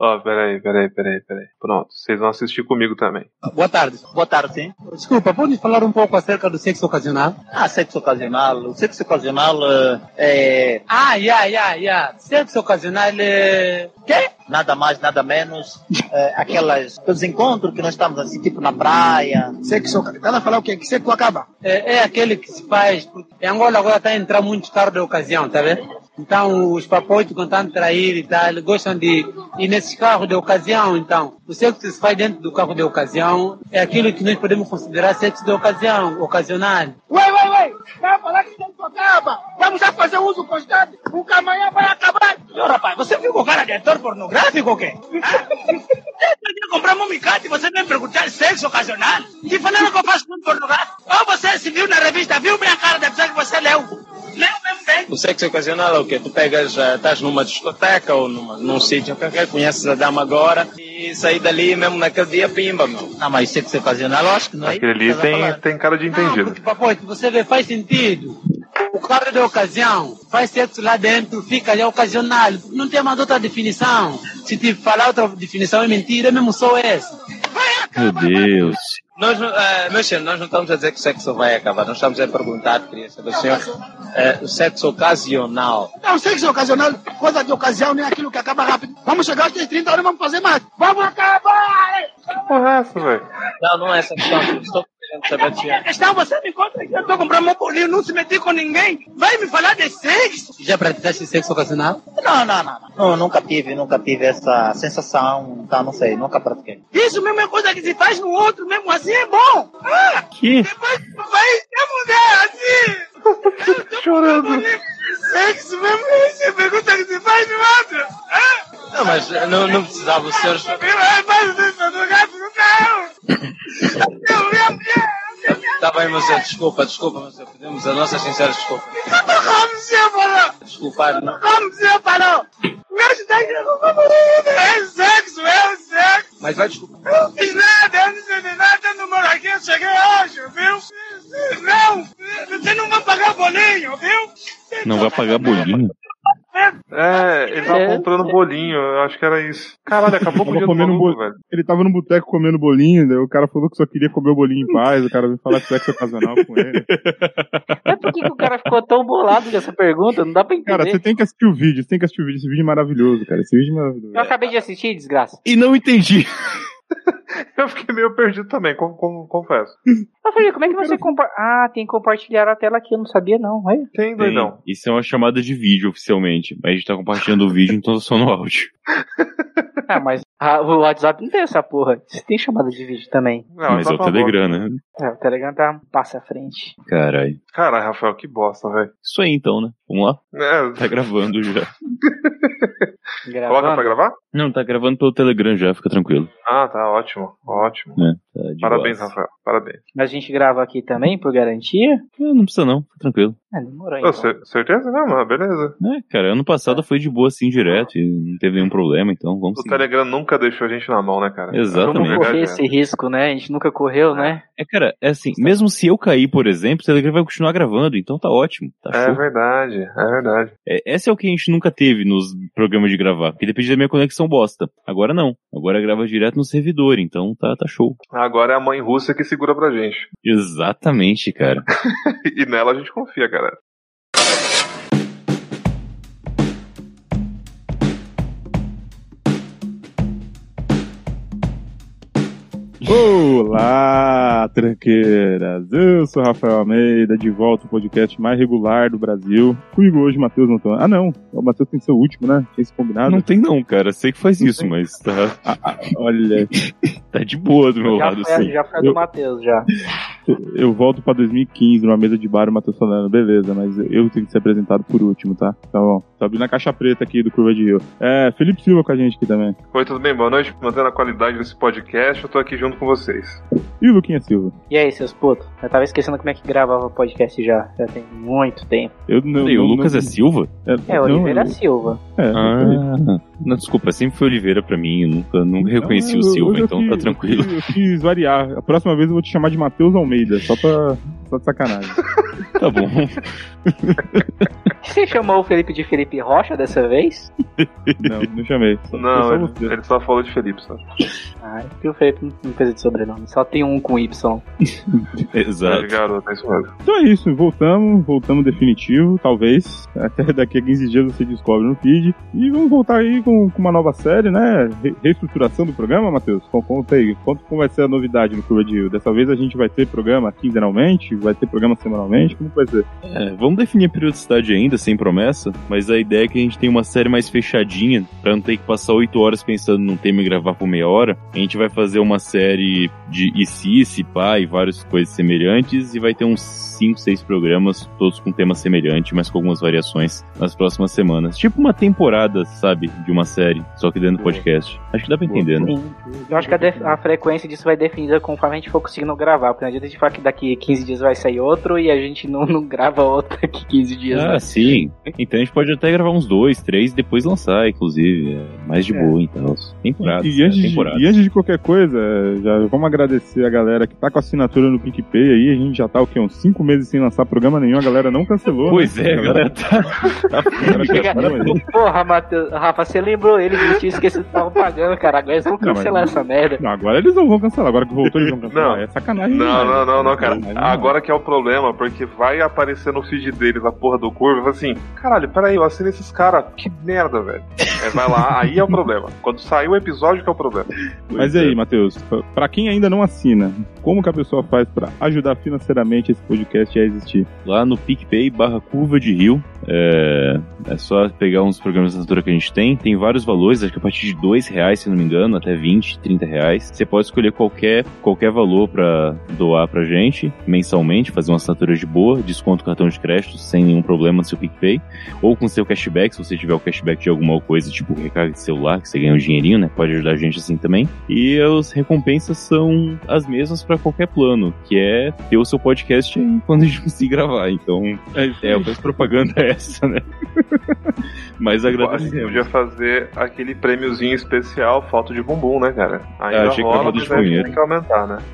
Ó, peraí. Pronto, vocês vão assistir comigo também. Boa tarde, sim. Desculpa, pode falar um pouco acerca do sexo ocasional? Sexo ocasional. O sexo ocasional é... Sexo ocasional é... Quê? Nada mais, nada menos. Aqueles encontros que nós estamos assim, tipo na praia. Sexo... Ela falou o quê? Que sexo acaba? É aquele que se faz... Em Angola agora está a entrar muito carro de ocasião, tá vendo? Então, os papoitos, quando estão a trair e tal, eles gostam de ir nesses carros de ocasião. Então, o sexo que se faz dentro do carro de ocasião é aquilo que nós podemos considerar sexo de ocasião, ocasional. Vai falar que sexo acaba. Vamos já fazer uso constante. O que amanhã vai acabar. Ô, rapaz, você viu o cara de ator pornográfico ou quê? Você quer comprar um micate e você vem perguntar sexo ocasional? Que falaram que eu faço muito pornográfico? Ou você se viu na revista, viu minha cara da pessoa que você leu? Leu mesmo bem? O sexo ocasional é o quê? Tu pegas, estás numa discoteca ou num sítio qualquer, conheces a dama agora e sair dali mesmo naquele dia, pimba, meu. Mas sexo ocasional, eu acho que não é. Aquele ali tem cara de entendido. Não, porque, papoito, você vê, faz sentido. O carro de ocasião faz sexo lá dentro, fica ali ocasional. Não tem mais outra definição. Se te falar outra definição é mentira, é mesmo só essa. Meu Deus. Nós não estamos a dizer que o sexo vai acabar, nós estamos a perguntar, queria saber, senhor, o sexo ocasional. Não, o sexo ocasional, coisa de ocasião, nem aquilo que acaba rápido. Vamos chegar aos 30 horas, vamos fazer mais. Vamos acabar! Que porra é essa, velho? Não é essa questão, estou querendo saber se A questão, você me conta que eu estou comprando meu bolinho, não se meti com ninguém. Vai me falar de sexo? Já praticaste sexo ocasional? Não, nunca tive essa sensação, então não sei, nunca pratiquei. Isso mesmo é coisa que se faz no outro, mesmo assim é bom. Que? Depois vai ter mulher assim. Chorando. Sexo mesmo, é pergunta que se faz no outro. Não, mas não precisava o senhor... Faz o sexo no gato, Tá bem, mas desculpa, mas pedimos as nossas sinceras desculpas. Como você falou? Desculpar, não. Como você falou? Me ajuda aqui, é sexo. Mas vai desculpar. Eu não fiz nada, não moro aqui, eu cheguei hoje, viu? Não, você não vai pagar bolinho, viu? Não vai pagar bolinho? Ele tava comprando bolinho, eu acho que era isso. Caralho, acabou com o dia do maluco, velho. Ele tava no boteco comendo bolinho, daí o cara falou que só queria comer o bolinho em paz, o cara veio falar que sexo ocasional com ele. Por que o cara ficou tão bolado com essa pergunta? Não dá pra entender. Cara, você tem que assistir o vídeo, esse vídeo é maravilhoso, cara, esse vídeo é maravilhoso. Eu acabei de assistir, desgraça. E não entendi. Eu fiquei meio perdido também, confesso. Eu falei, como é que você tem que compartilhar a tela aqui, eu não sabia não. Tem, doidão. Isso é uma chamada de vídeo oficialmente, mas a gente tá compartilhando o vídeo, então só no áudio. Mas o WhatsApp não tem essa porra. Você tem chamada de vídeo também. Não, mas é o Telegram, né? O Telegram tá passa à frente. Caralho, Rafael, que bosta, velho. Isso aí então, né? Vamos lá? Tá gravando já. Coloca pra gravar? Não, tá gravando pelo Telegram já, fica tranquilo. Tá ótimo. Tá Parabéns, boa. Rafael, parabéns. Mas a gente grava aqui também, por garantia? Não precisa não, fica tranquilo. Demorou então. Certeza? Não, beleza. Cara, ano passado foi de boa assim direto e não teve nenhum problema, então vamos seguir. O Telegram nunca deixou a gente na mão, né, cara? Exatamente. Vamos correr esse risco, né? A gente nunca correu, né? Cara, é assim, mesmo se eu cair, por exemplo, o Telegram vai continuar gravando, então tá ótimo. Tá show. É verdade. Essa é o que a gente nunca teve nos programas de gravar, porque depende da minha conexão bosta. Agora não. Agora grava direto no servidor, então tá show. Agora é a mãe russa que segura pra gente. Exatamente, cara. E nela a gente confia, cara. Olá, tranqueiras! Eu sou Rafael Almeida, de volta ao podcast mais regular do Brasil. Comigo hoje, Matheus Montão. Não, o Matheus tem que ser o último, né? Tinha se combinado? Não tem não, cara. Sei que faz isso, mas tá... olha... tá de boa do meu lado, sim. Já foi do Matheus, já. Eu volto pra 2015, numa mesa de bar, o Matheus falando, beleza, mas eu tenho que ser apresentado por último, tá? Tá bom. Tô abrindo a caixa preta aqui do Curva de Rio. Felipe Silva com a gente aqui também. Oi, tudo bem? Boa noite. Mantendo a qualidade desse podcast, eu tô aqui junto com vocês. E o Luquinha Silva? E aí, seus putos? Eu tava esquecendo como é que gravava o podcast já tem muito tempo. O Lucas é Silva? Oliveira Silva. Não, desculpa, sempre foi Oliveira pra mim, eu nunca reconheci o Silva, então tá tranquilo. Eu quis variar. A próxima vez eu vou te chamar de Matheus Almeida, só pra só de sacanagem. Tá bom. Você chamou o Felipe de Felipe Rocha dessa vez? Não chamei. Não, ele só falou de Felipe, só. Porque o Felipe não precisa de sobrenome, só tem um com Y. Exato. Garoto, é isso mesmo. Então é isso, voltamos definitivo, talvez. Até daqui a 15 dias você descobre no feed. E vamos voltar aí com uma nova série, né? Reestruturação do programa, Matheus? Conta aí, como vai ser a novidade no Curva de Rio? Dessa vez a gente vai ter programa quinzenalmente? Vai ter programa semanalmente? Como vai ser? Vamos definir a periodicidade ainda, sem promessa, mas a ideia é que a gente tenha uma série mais fechadinha, pra não ter que passar 8 horas pensando num tema e gravar por meia hora. A gente vai fazer uma série de se pá, e várias coisas semelhantes, e vai ter uns 5, 6 programas, todos com tema semelhante, mas com algumas variações nas próximas semanas. Tipo uma temporada, sabe, de uma série, só que dentro do podcast. Acho que dá pra entender, né? Eu acho que a frequência disso vai definida conforme a gente for conseguindo gravar, porque não adianta a gente falar que daqui 15 dias vai sair outro e a gente não grava outro daqui 15 dias. Ah, né? Sim. Então a gente pode até gravar uns 2, 3 e depois lançar, inclusive. Mais de boa, então. Temporada. E antes de qualquer coisa, já vamos agradecer a galera que tá com a assinatura no PicPay aí. A gente já tá, uns 5 meses sem lançar programa nenhum, a galera não cancelou. Pois né? A galera tá Porra, Matheus, Rafa, você lembrou eles que tinha esquecido que estavam pagando, cara. Agora eles vão cancelar essa merda. Não, agora eles não vão cancelar. Agora que voltou, eles vão cancelar. É sacanagem. Não, cara. Agora que é o problema, porque vai aparecer no feed deles a porra do Curva e fala assim: caralho, peraí, eu assinei esses caras, que merda, velho. Vai lá, aí é o problema. Quando sair o episódio que é o problema. Mas aí, Matheus, pra quem ainda não assina, como que a pessoa faz pra ajudar financeiramente esse podcast a existir? Lá no PicPay/Curva de Rio. É só pegar uns programas de assinatura que a gente tem vários valores, acho que a partir de R$2, se não me engano, até R$20, R$30. Você pode escolher qualquer valor pra doar pra gente, mensalmente, fazer uma assinatura de boa, desconto o cartão de crédito sem nenhum problema no seu PicPay, ou com seu cashback, se você tiver o cashback de alguma coisa, tipo recarga de celular, que você ganha um dinheirinho, né, pode ajudar a gente assim também. E as recompensas são as mesmas pra qualquer plano, que é ter o seu podcast aí quando a gente conseguir gravar. Então, a propaganda é essa, né? Mas agradecemos. A gente podia fazer aquele prêmiozinho especial, foto de bumbum, né, cara? Aí achei rola, que mas a gente tem que aumentar, né?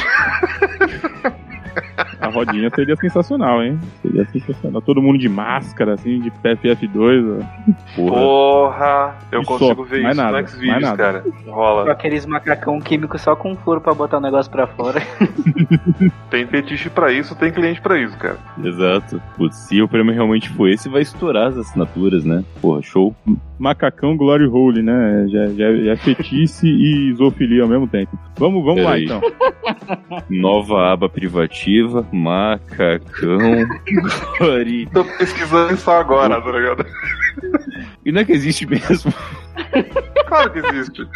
A rodinha seria sensacional, hein? Seria sensacional. Todo mundo de máscara, assim, de PFF2. Porra! Eu consigo ver isso no Xvideos, cara. Rola. Com aqueles macacão químicos só com furo pra botar o negócio pra fora. Tem fetiche pra isso, tem cliente pra isso, cara. Exato. Putz, se o prêmio realmente for esse, vai estourar as assinaturas, né? Porra, show. Macacão Glory Hole, né? Já é fetiche e zoofilia ao mesmo tempo. Vamos lá, então. Nova aba privativa, macacão Glory. Tô pesquisando isso agora, tá ligado? E não é que existe mesmo? Claro que existe.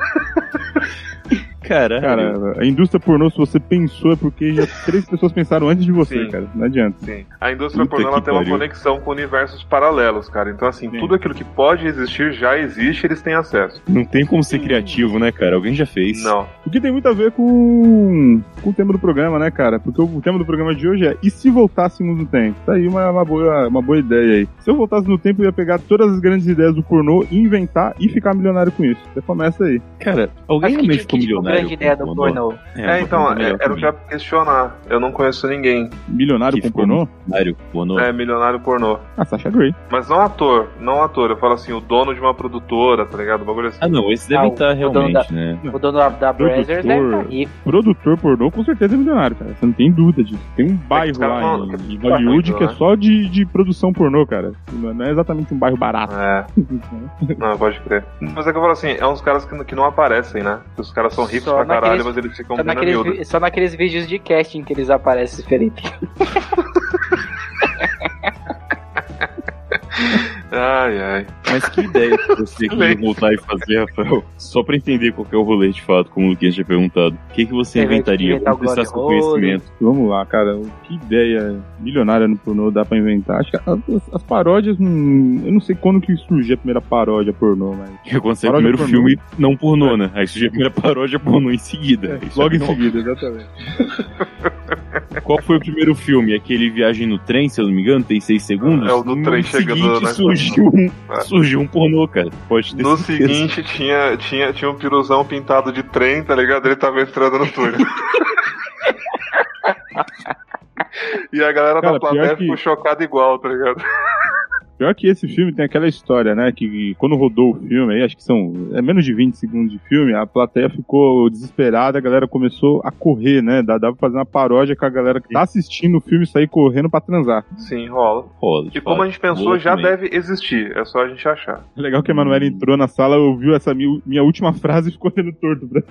Cara, a indústria pornô, se você pensou, é porque já 3 pessoas pensaram antes de você, cara. Não adianta. Sim. A indústria pornô ela tem uma conexão com universos paralelos, cara. Então, assim, tudo aquilo que pode existir já existe, eles têm acesso. Não tem como ser criativo, né, cara? Alguém já fez. Não. O que tem muito a ver com o tema do programa, né, cara? Porque o tema do programa de hoje é: e se voltássemos no tempo? Tá aí uma boa ideia aí. Se eu voltasse no tempo, eu ia pegar todas as grandes ideias do pornô, inventar e ficar milionário com isso. Você começa aí. Cara, alguém realmente ficou milionário? Grande ideia do pornô. Então, era o que eu ia questionar. Eu não conheço ninguém. Milionário com pornô? Milionário pornô. Milionário pornô. Ah, Sasha Grey. Mas não ator. Eu falo assim, o dono de uma produtora, tá ligado? O bagulho assim. Não, esse deve estar realmente, né? O dono da Brazzers deve estar rico. Produtor pornô com certeza é milionário, cara. Você não tem dúvida disso. Tem um bairro lá em Hollywood que é só de produção pornô, cara. Não é exatamente um bairro barato. Não, pode crer. Mas é que eu falo assim, é uns caras que não aparecem, né? Os caras são ricos pra caralho, mas eles ficam bem na miúda. Só naqueles vídeos de casting que eles aparecem, Felipe. Ai. Mas que ideia você quer voltar e fazer, Rafael? Só pra entender qual que é o rolê de fato, como o Luquinhas tinha perguntado. O que você inventaria pra testar seu conhecimento? Vamos lá, cara. Que ideia milionária no pornô dá pra inventar? Acho que as paródias, eu não sei quando que surgiu a primeira paródia pornô, mas... Quando saiu o primeiro filme não pornô, né? Aí surgiu a primeira paródia pornô em seguida. Logo em seguida, exatamente. Qual foi o primeiro filme? Aquele Viagem no Trem, se eu não me engano, tem 6 segundos? É o do trem chegando, né? Surgiu um pornô, cara. Pode ter no certeza. Seguinte, tinha um piruzão pintado de trem, tá ligado? Ele tava entrando no túnel. E a galera da plateia ficou chocada igual, tá ligado? Pior que esse filme tem aquela história, né? Que quando rodou o filme, aí acho que é menos de 20 segundos de filme, a plateia ficou desesperada, a galera começou a correr, né? Dava pra fazer uma paródia com a galera que tá assistindo o filme sair correndo pra transar. Sim, rola. E como a gente pensou, já deve existir. É só a gente achar. Legal que a Emanuela entrou na sala, ouviu essa minha última frase e ficou olhando torto pra...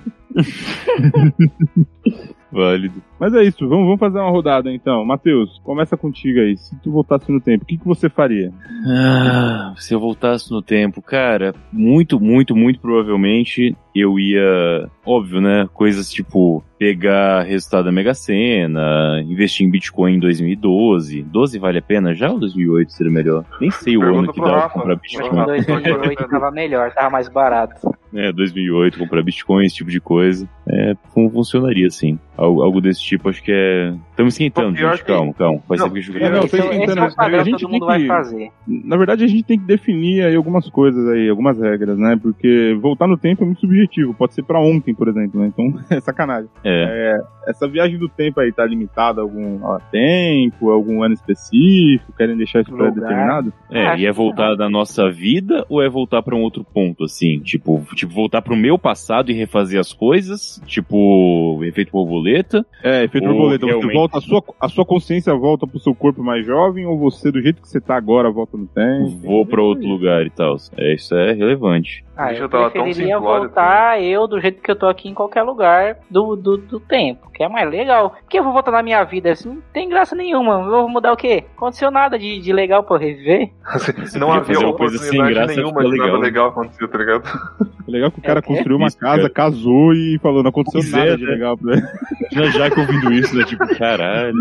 Válido. Mas é isso, vamos fazer uma rodada então. Matheus, começa contigo aí. Se tu voltasse no tempo, o que você faria? Se eu voltasse no tempo, cara, muito provavelmente eu ia, óbvio, né, coisas tipo pegar resultado da Mega Sena, investir em Bitcoin em 2012. 12 vale a pena já ou 2008 seria melhor? Nem sei o ano que dá pra comprar Bitcoin. 2008 tava melhor, tava mais barato. 2008, comprar Bitcoin, esse tipo de coisa. Funcionaria assim. Algo desse tipo, acho que é... Estamos esquentando, gente, calma. Vai ser que esse é o padrão que todo mundo vai fazer. Na verdade, a gente tem que definir aí algumas coisas aí, algumas regras, né? Porque voltar no tempo é muito subjetivo. Pode ser pra ontem, por exemplo, né? Então, é sacanagem. Essa viagem do tempo aí tá limitada a algum tempo, algum ano específico? Querem deixar isso pré-determinado? E é voltar da nossa vida ou é voltar pra um outro ponto, assim? Tipo voltar pro meu passado e refazer as coisas? Tipo, efeito borboleta? Efeito borboleta. Realmente... Você volta, a sua consciência volta pro seu corpo mais jovem ou você, do jeito que você tá agora, volta no tempo? Vou pra outro lugar e tal. Isso é relevante. Eu preferiria voltar eu do jeito que eu tô aqui em qualquer lugar do tempo, que é mais legal. Porque eu vou voltar na minha vida, assim, não tem graça nenhuma. Eu vou mudar o quê? Aconteceu nada de legal pra eu reviver. Não havia oportunidade nenhuma de nada legal aconteceu, tá ligado? É legal que o cara construiu uma casa, casou e falou, não aconteceu nada de legal pra ele. Já que ouvindo isso, né? Tipo, caralho.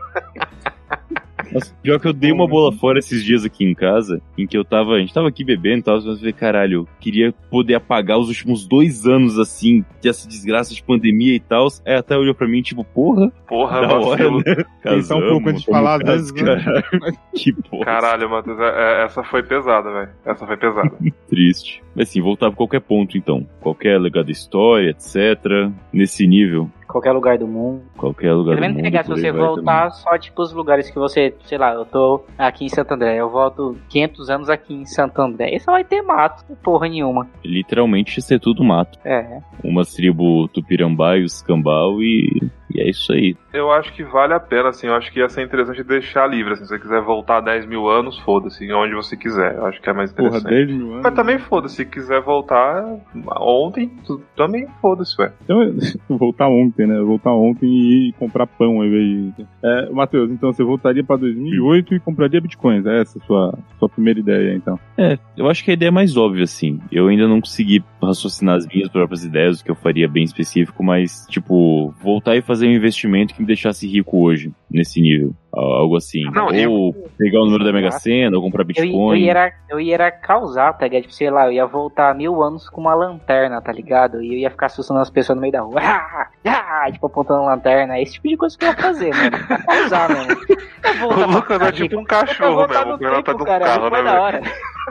Nossa, pior que eu dei uma bola fora esses dias aqui em casa, em que a gente tava aqui bebendo e tal, mas eu falei, caralho, eu queria poder apagar os últimos 2 anos, assim, dessa desgraça de pandemia e tal. Até olhou pra mim, tipo, porra, da hora, né? Pensar um pouco antes de falar, às vezes, que porra. Caralho, Matheus, essa foi pesada, velho. Essa foi pesada. Triste. Mas assim, voltar pra qualquer ponto, então. Qualquer lugar da história, etc. Nesse nível. Qualquer lugar do mundo. Qualquer lugar do mundo. Também pegar se você voltar só, tipo, os lugares que você, sei lá, eu tô aqui em Santo André, eu volto 500 anos aqui em Santo André, e só vai ter mato, porra nenhuma. Literalmente ser tudo mato. Umas tribo Tupirambá e os Cambau e é isso aí. Eu acho que vale a pena, assim, eu acho que ia ser interessante deixar livre, assim, se você quiser voltar 10 mil anos, foda-se, onde você quiser, eu acho que é mais interessante. Porra, 10 mil anos? Mas também foda-se, se quiser voltar ontem, também foda-se, velho. Então, voltar ontem, né, voltar ontem e comprar pão ao invés de... Matheus, então você voltaria pra 2008 e compraria bitcoins, essa é a sua primeira ideia, então? Eu acho que a ideia é mais óbvia, assim, eu ainda não consegui raciocinar as minhas próprias ideias, o que eu faria bem específico, mas, tipo, voltar e fazer um investimento que me deixasse rico hoje, nesse nível. Algo assim. Ou pegar o número da Mega Sena, ou comprar Bitcoin. Eu ia causar, tá ligado? Tipo, sei lá, eu ia voltar 1000 anos com uma lanterna, tá ligado? E eu ia ficar assustando as pessoas no meio da rua. Tipo, apontando lanterna. Esse tipo de coisa que eu ia fazer, mano. Pra causar, mano. O Lucas é tipo um cachorro mesmo. O cara tá no carro, né, velho?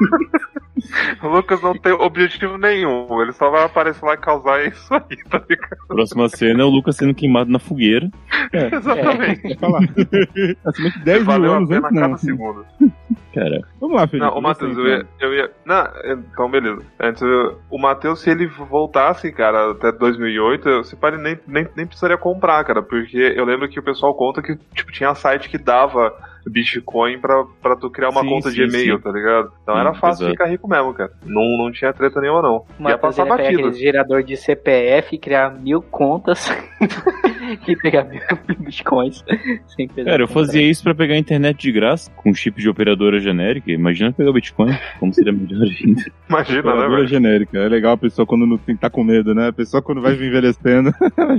O Lucas não tem objetivo nenhum. Ele só vai aparecer lá e causar isso aí, tá ligado? Próxima cena é o Lucas sendo queimado na fogueira. Exatamente. Falar. Assim, 10 mil anos antes, cada segundo. Cara. Vamos lá, Felipe. Não, o Matheus, eu ia... Não, então beleza. Antes, o Matheus, se ele voltasse, cara, até 2008, você nem precisaria comprar, cara, porque eu lembro que o pessoal conta que, tipo, tinha site que dava Bitcoin pra tu criar uma conta de e-mail, tá ligado? Então era fácil de ficar rico mesmo, cara. Não tinha treta nenhuma, não. Ia passar batido. Aquele gerador de CPF, criar 1000 contas e pegar 1000 Bitcoins. Cara, eu fazia isso pra pegar a internet de graça, com chip de operadora genérica. Imagina pegar o Bitcoin, como seria melhor ainda. Imagina, operadora, né, velho? Genérica. É legal a pessoa quando não tá com medo, né? A pessoa quando vai envelhecendo.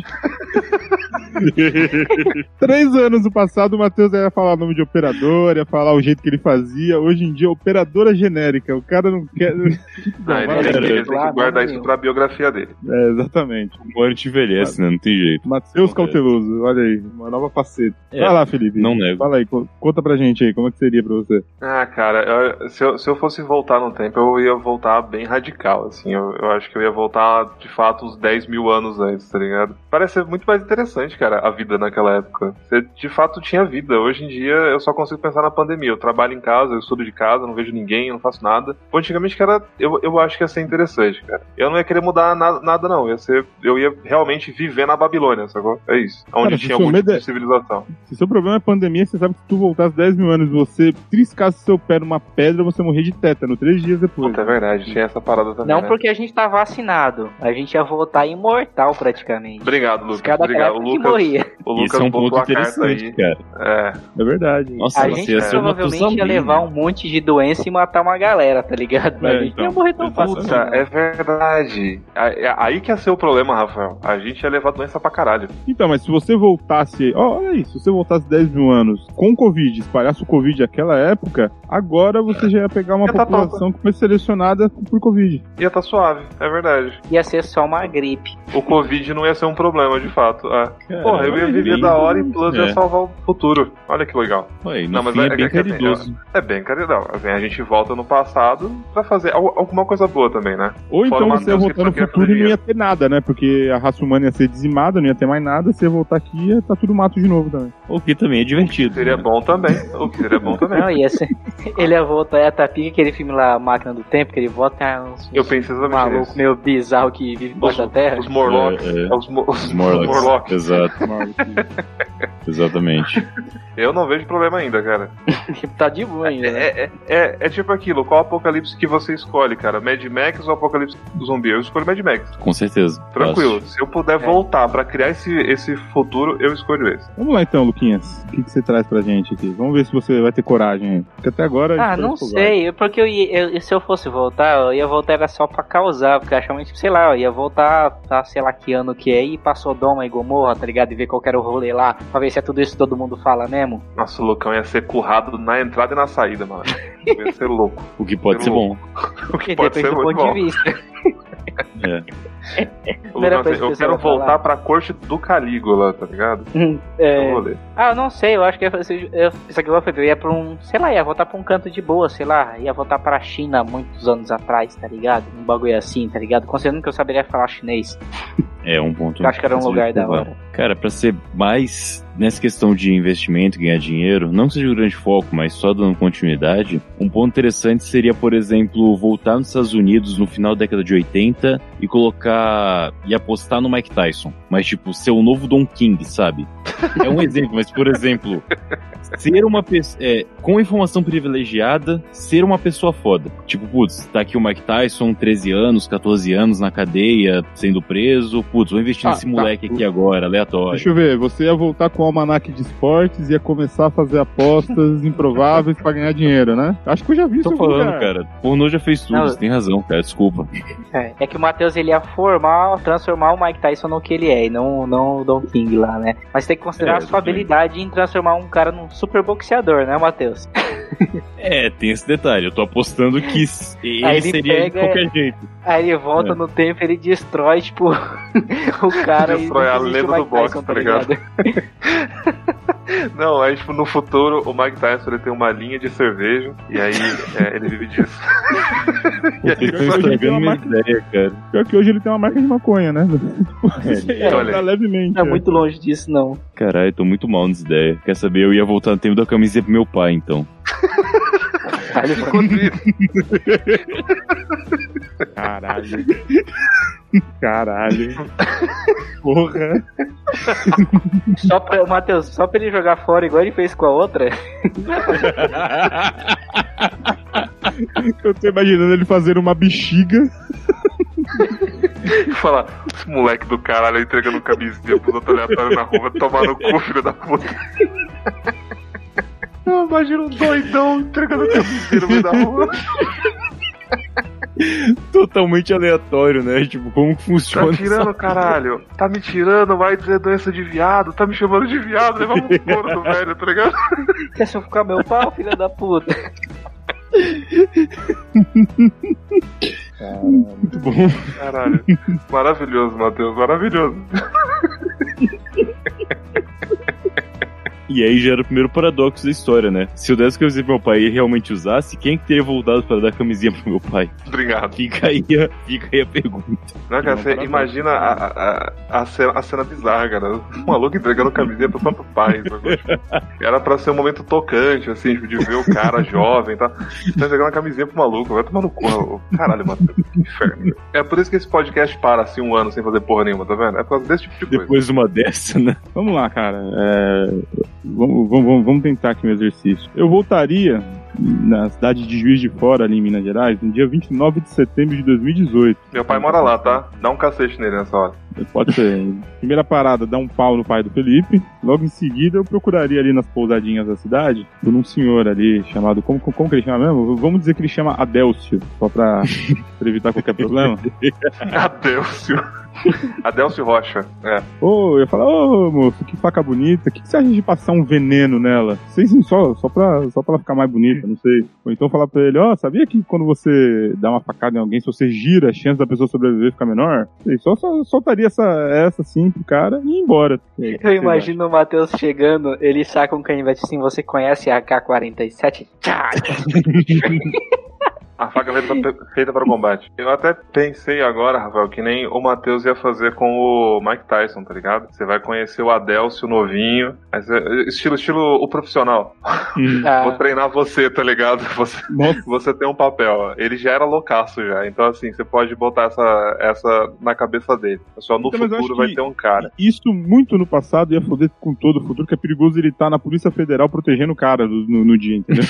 3 anos no passado, o Matheus ia falar o nome de operador, ia falar o jeito que ele fazia. Hoje em dia, operadora genérica. O cara não quer... ele tem que guardar isso pra biografia dele. Exatamente. O morte envelhece, né? Não tem jeito. Matheus cauteloso. Olha aí, uma nova faceta. Vai lá, Felipe. Não nego. Fala aí, conta pra gente aí, como é que seria pra você? Cara, se eu fosse voltar no tempo, eu ia voltar bem radical, assim. Eu acho que eu ia voltar, de fato, uns 10 mil anos antes, tá ligado? Parece ser muito mais interessante, cara, a vida naquela época. Você, de fato, tinha vida. Hoje em dia, eu só consigo pensar na pandemia. Eu trabalho em casa, eu estudo de casa, não vejo ninguém, eu não faço nada. Pô, antigamente, cara, eu acho que ia ser interessante, cara. Eu não ia querer mudar nada não. Eu ia realmente viver na Babilônia, sacou? É isso. Onde Cara, tinha algum tipo de civilização. Se seu problema é pandemia, você sabe que se tu voltasse 10 mil anos, você triscasse seu pé numa pedra, você morria de tétano 3 dias depois. Puta, é verdade, tinha essa parada também. Não, né? Porque a gente tá vacinado. A gente ia voltar imortal praticamente. Obrigado, Lucas. Obrigado. O Lucas isso é um ponto interessante, aí. Cara. É verdade. Nossa, a gente provavelmente ia levar um monte de doença e matar uma galera, tá ligado? Mas a gente não ia morrer tão fácil. Puta, é verdade. Aí que ia ser o problema, Rafael. A gente ia levar doença pra caralho. Então, mas se você voltasse... Olha aí, se você voltasse 10 mil anos com Covid, espalhasse o Covid naquela época, agora você já ia pegar uma população que foi selecionada por Covid. Ia tá suave, é verdade. Ia ser só uma gripe. O Covid não ia ser um problema, de fato. Porra, eu ia viver da hora e Plus ia salvar o futuro. Olha que legal. Não, mas é bem caridoso. É bem caridoso. Assim, a gente volta no passado pra fazer alguma coisa boa também, né? Ou então você ia voltar no futuro e não ia ter nada, né? Porque a raça humana ia ser dizimada, não ia ter mais nada. Você ia voltar aqui e ia tá tudo mato de novo também. O que também é divertido. Seria bom também. Não, ia ser... Ele ia voltar, ia tá pique aquele filme lá, Máquina do Tempo, que ele volta uns eu pensei exatamente maluco meio bizarro que vive embaixo da terra. Os Morlocks. Os Morlocks. Exato. Exatamente. Eu não vejo problema ainda, cara. Tá de boa ainda, né? É tipo aquilo, qual apocalipse que você escolhe, cara? Mad Max ou apocalipse zumbi? Eu escolho Mad Max. Com certeza. Tranquilo. Se eu puder voltar pra criar esse futuro, eu escolho esse. Vamos lá então, Luquinhas. O que você traz pra gente aqui? Vamos ver se você vai ter coragem aí. Porque até agora... não sei. Porque se eu fosse voltar, eu ia voltar era só pra causar. Porque achamente, sei lá, eu ia voltar pra sei lá que ano que é e pra Sodoma e Gomorra, tá ligado? E ver qual era o rolê lá. Pra ver se é tudo isso que todo mundo fala mesmo. Nossa, o Lucão ia ser currado na entrada e na saída, mano. Ia ser louco. O que pode ser bom. O que pode ser muito bom. De vista. Eu quero voltar pra corte do Calígula, tá ligado? Eu não sei, eu acho que isso aqui eu ia pra ia voltar pra um canto de boa, sei lá, ia voltar pra China muitos anos atrás, tá ligado? Um bagulho assim, tá ligado? Considerando que eu saberia falar chinês. É um ponto. Eu acho que era um lugar da hora. Cara, pra ser mais nessa questão de investimento, ganhar dinheiro, não que seja o grande foco, mas só dando continuidade, um ponto interessante seria, por exemplo, voltar nos Estados Unidos no final da década de 80 e colocar e apostar no Mike Tyson, mas tipo, ser o novo Don King, sabe? É um exemplo, mas por exemplo, ser uma pessoa com informação privilegiada, ser uma pessoa foda. Tipo, putz, tá aqui o Mike Tyson, 13 anos, 14 anos na cadeia, sendo preso, putz, vou investir nesse moleque aqui agora, aleatório. Deixa eu ver, você ia voltar com o almanaque de esportes e ia começar a fazer apostas improváveis pra ganhar dinheiro, né? Acho que eu já vi isso. Tô falando, cara. Pornô já fez tudo, você tem razão, cara, desculpa. É que o Matheus, ele ia transformar o Mike Tyson no que ele é, e não o Don King lá, né? Mas tem que considerar a sua habilidade em transformar um cara num super boxeador, né, Matheus? Tem esse detalhe, eu tô apostando que ele seria de qualquer jeito. Aí ele volta no tempo, ele destrói, tipo, o cara... Destrói a lenda do boxe, tá ligado? Não, aí tipo, no futuro o Mike Tyson ele tem uma linha de cerveja e aí ele vive disso. Tem uma ideia, cara. Pior que hoje ele tem uma marca de maconha, né? Tá levemente. Não é muito longe disso, não. Caralho, tô muito mal nessa ideia. Quer saber? Eu ia voltar no tempo da camiseta pro meu pai, então. Caralho. Caralho. Porra. Matheus, só pra ele jogar fora igual ele fez com a outra. Eu tô imaginando ele fazer uma bexiga. Falar, esse moleque do caralho entregando camisinha pros outros aleatórios na rua, tomar no cu, filho da puta. Eu imagino um doidão entregando camisinha no meio da rua. Totalmente aleatório, né? Tipo, como que funciona? Tá tirando, caralho. Tá me tirando, vai dizer doença de viado. Tá me chamando de viado, levar um couro do velho, tá ligado? Quer sufocar meu pau, filha da puta? Muito bom. Caralho. Maravilhoso, Matheus, maravilhoso. E aí já era o primeiro paradoxo da história, né? Se eu desse camisinha pro meu pai e ele realmente usasse, quem que teria voltado para dar camisinha pro meu pai? Obrigado. Fica aí a pergunta. Não, cara, você imagina a cena bizarra, cara. O maluco entregando camisinha pro próprio pai. Era pra ser um momento tocante, assim, de ver o cara jovem e tal. Tá entregando a camisinha pro maluco, vai tomar no cu. Caralho, mano, que inferno. É por isso que esse podcast para assim um ano sem fazer porra nenhuma, tá vendo? É por causa desse tipo de coisa. Depois de uma dessa, né? Vamos lá, cara. Vamos tentar aqui um exercício. Eu voltaria na cidade de Juiz de Fora, ali em Minas Gerais, no dia 29 de setembro de 2018. Meu pai mora lá, tá? Dá um cacete nele nessa hora. Pode ser. Primeira parada, dar um pau no pai do Felipe. Logo em seguida, eu procuraria ali nas pousadinhas da cidade por um senhor ali chamado... Como que ele chama mesmo? Vamos dizer que ele chama Adélcio, só pra evitar qualquer problema. Adélcio Rocha, eu ia falar, moço, que faca bonita, o que você acha de passar um veneno nela? Sei sim, só pra ela ficar mais bonita, não sei. Ou então falar pra ele, sabia que quando você dá uma facada em alguém, se você gira, a chance da pessoa sobreviver fica menor? Sei, só soltaria essa assim pro cara e ir embora. Eu imagino o Matheus chegando, ele saca um canivete assim, você conhece a AK-47? A faca feita para o combate. Eu até pensei agora, Rafael, que nem o Matheus ia fazer com o Mike Tyson, tá ligado? Você vai conhecer o Adélcio novinho, estilo o profissional. Vou treinar você, tá ligado? Você tem um papel. Ele já era loucaço já, então assim, você pode botar essa na cabeça dele. Só no futuro vai ter um cara. Isso muito no passado ia foder com todo o futuro, que é perigoso ele estar na Polícia Federal protegendo o cara no dia, entendeu?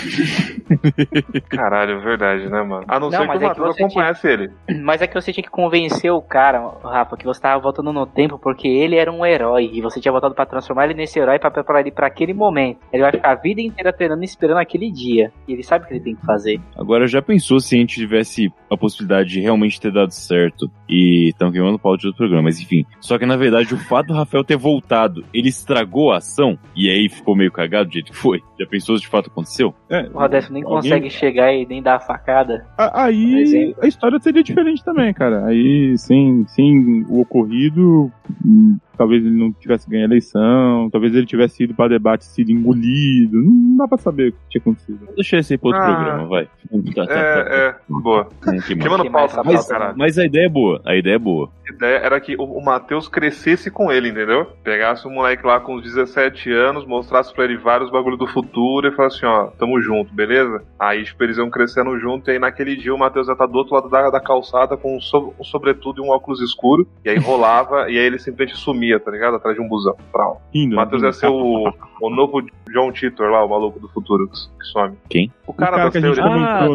Caralho, verdade, né, mano? A não ser que o Matheus acompanhasse ele. Mas é que você tinha que convencer o cara, Rafa, que você tava voltando no tempo porque ele era um herói e você tinha voltado pra transformar ele nesse herói pra preparar ele pra aquele momento. Ele vai ficar a vida inteira treinando e esperando aquele dia. E ele sabe o que ele tem que fazer. Agora, já pensou se a gente tivesse a possibilidade de realmente ter dado certo? E estão queimando o pau de outro programa, mas enfim. Só que na verdade o fato do Rafael ter voltado, ele estragou a ação e aí ficou meio cagado do jeito que foi. Já pensou se de fato aconteceu? O Rodolfo nem consegue chegar e nem dar a facada. Aí a história seria diferente também, cara. Aí, sem o ocorrido, talvez ele não tivesse ganho a eleição, talvez ele tivesse ido pra debate, sido engolido. Não dá pra saber o que tinha acontecido. Deixa esse aí pro outro programa, vai. Boa. Queimando pau, caralho. Mas a ideia é boa. A ideia era que o Matheus crescesse com ele, entendeu? Pegasse o moleque lá com uns 17 anos, mostrasse pra ele vários bagulho do futuro e falasse assim, tamo junto, beleza? Aí, tipo, eles iam crescendo junto e aí naquele dia o Matheus já tá do outro lado da calçada com um sobretudo e um óculos escuro, e aí rolava e aí ele simplesmente sumia, tá ligado? Atrás de um busão. O Matheus ia ser o novo John Titor lá, o maluco do futuro que some. Quem? O cara que a gente comentou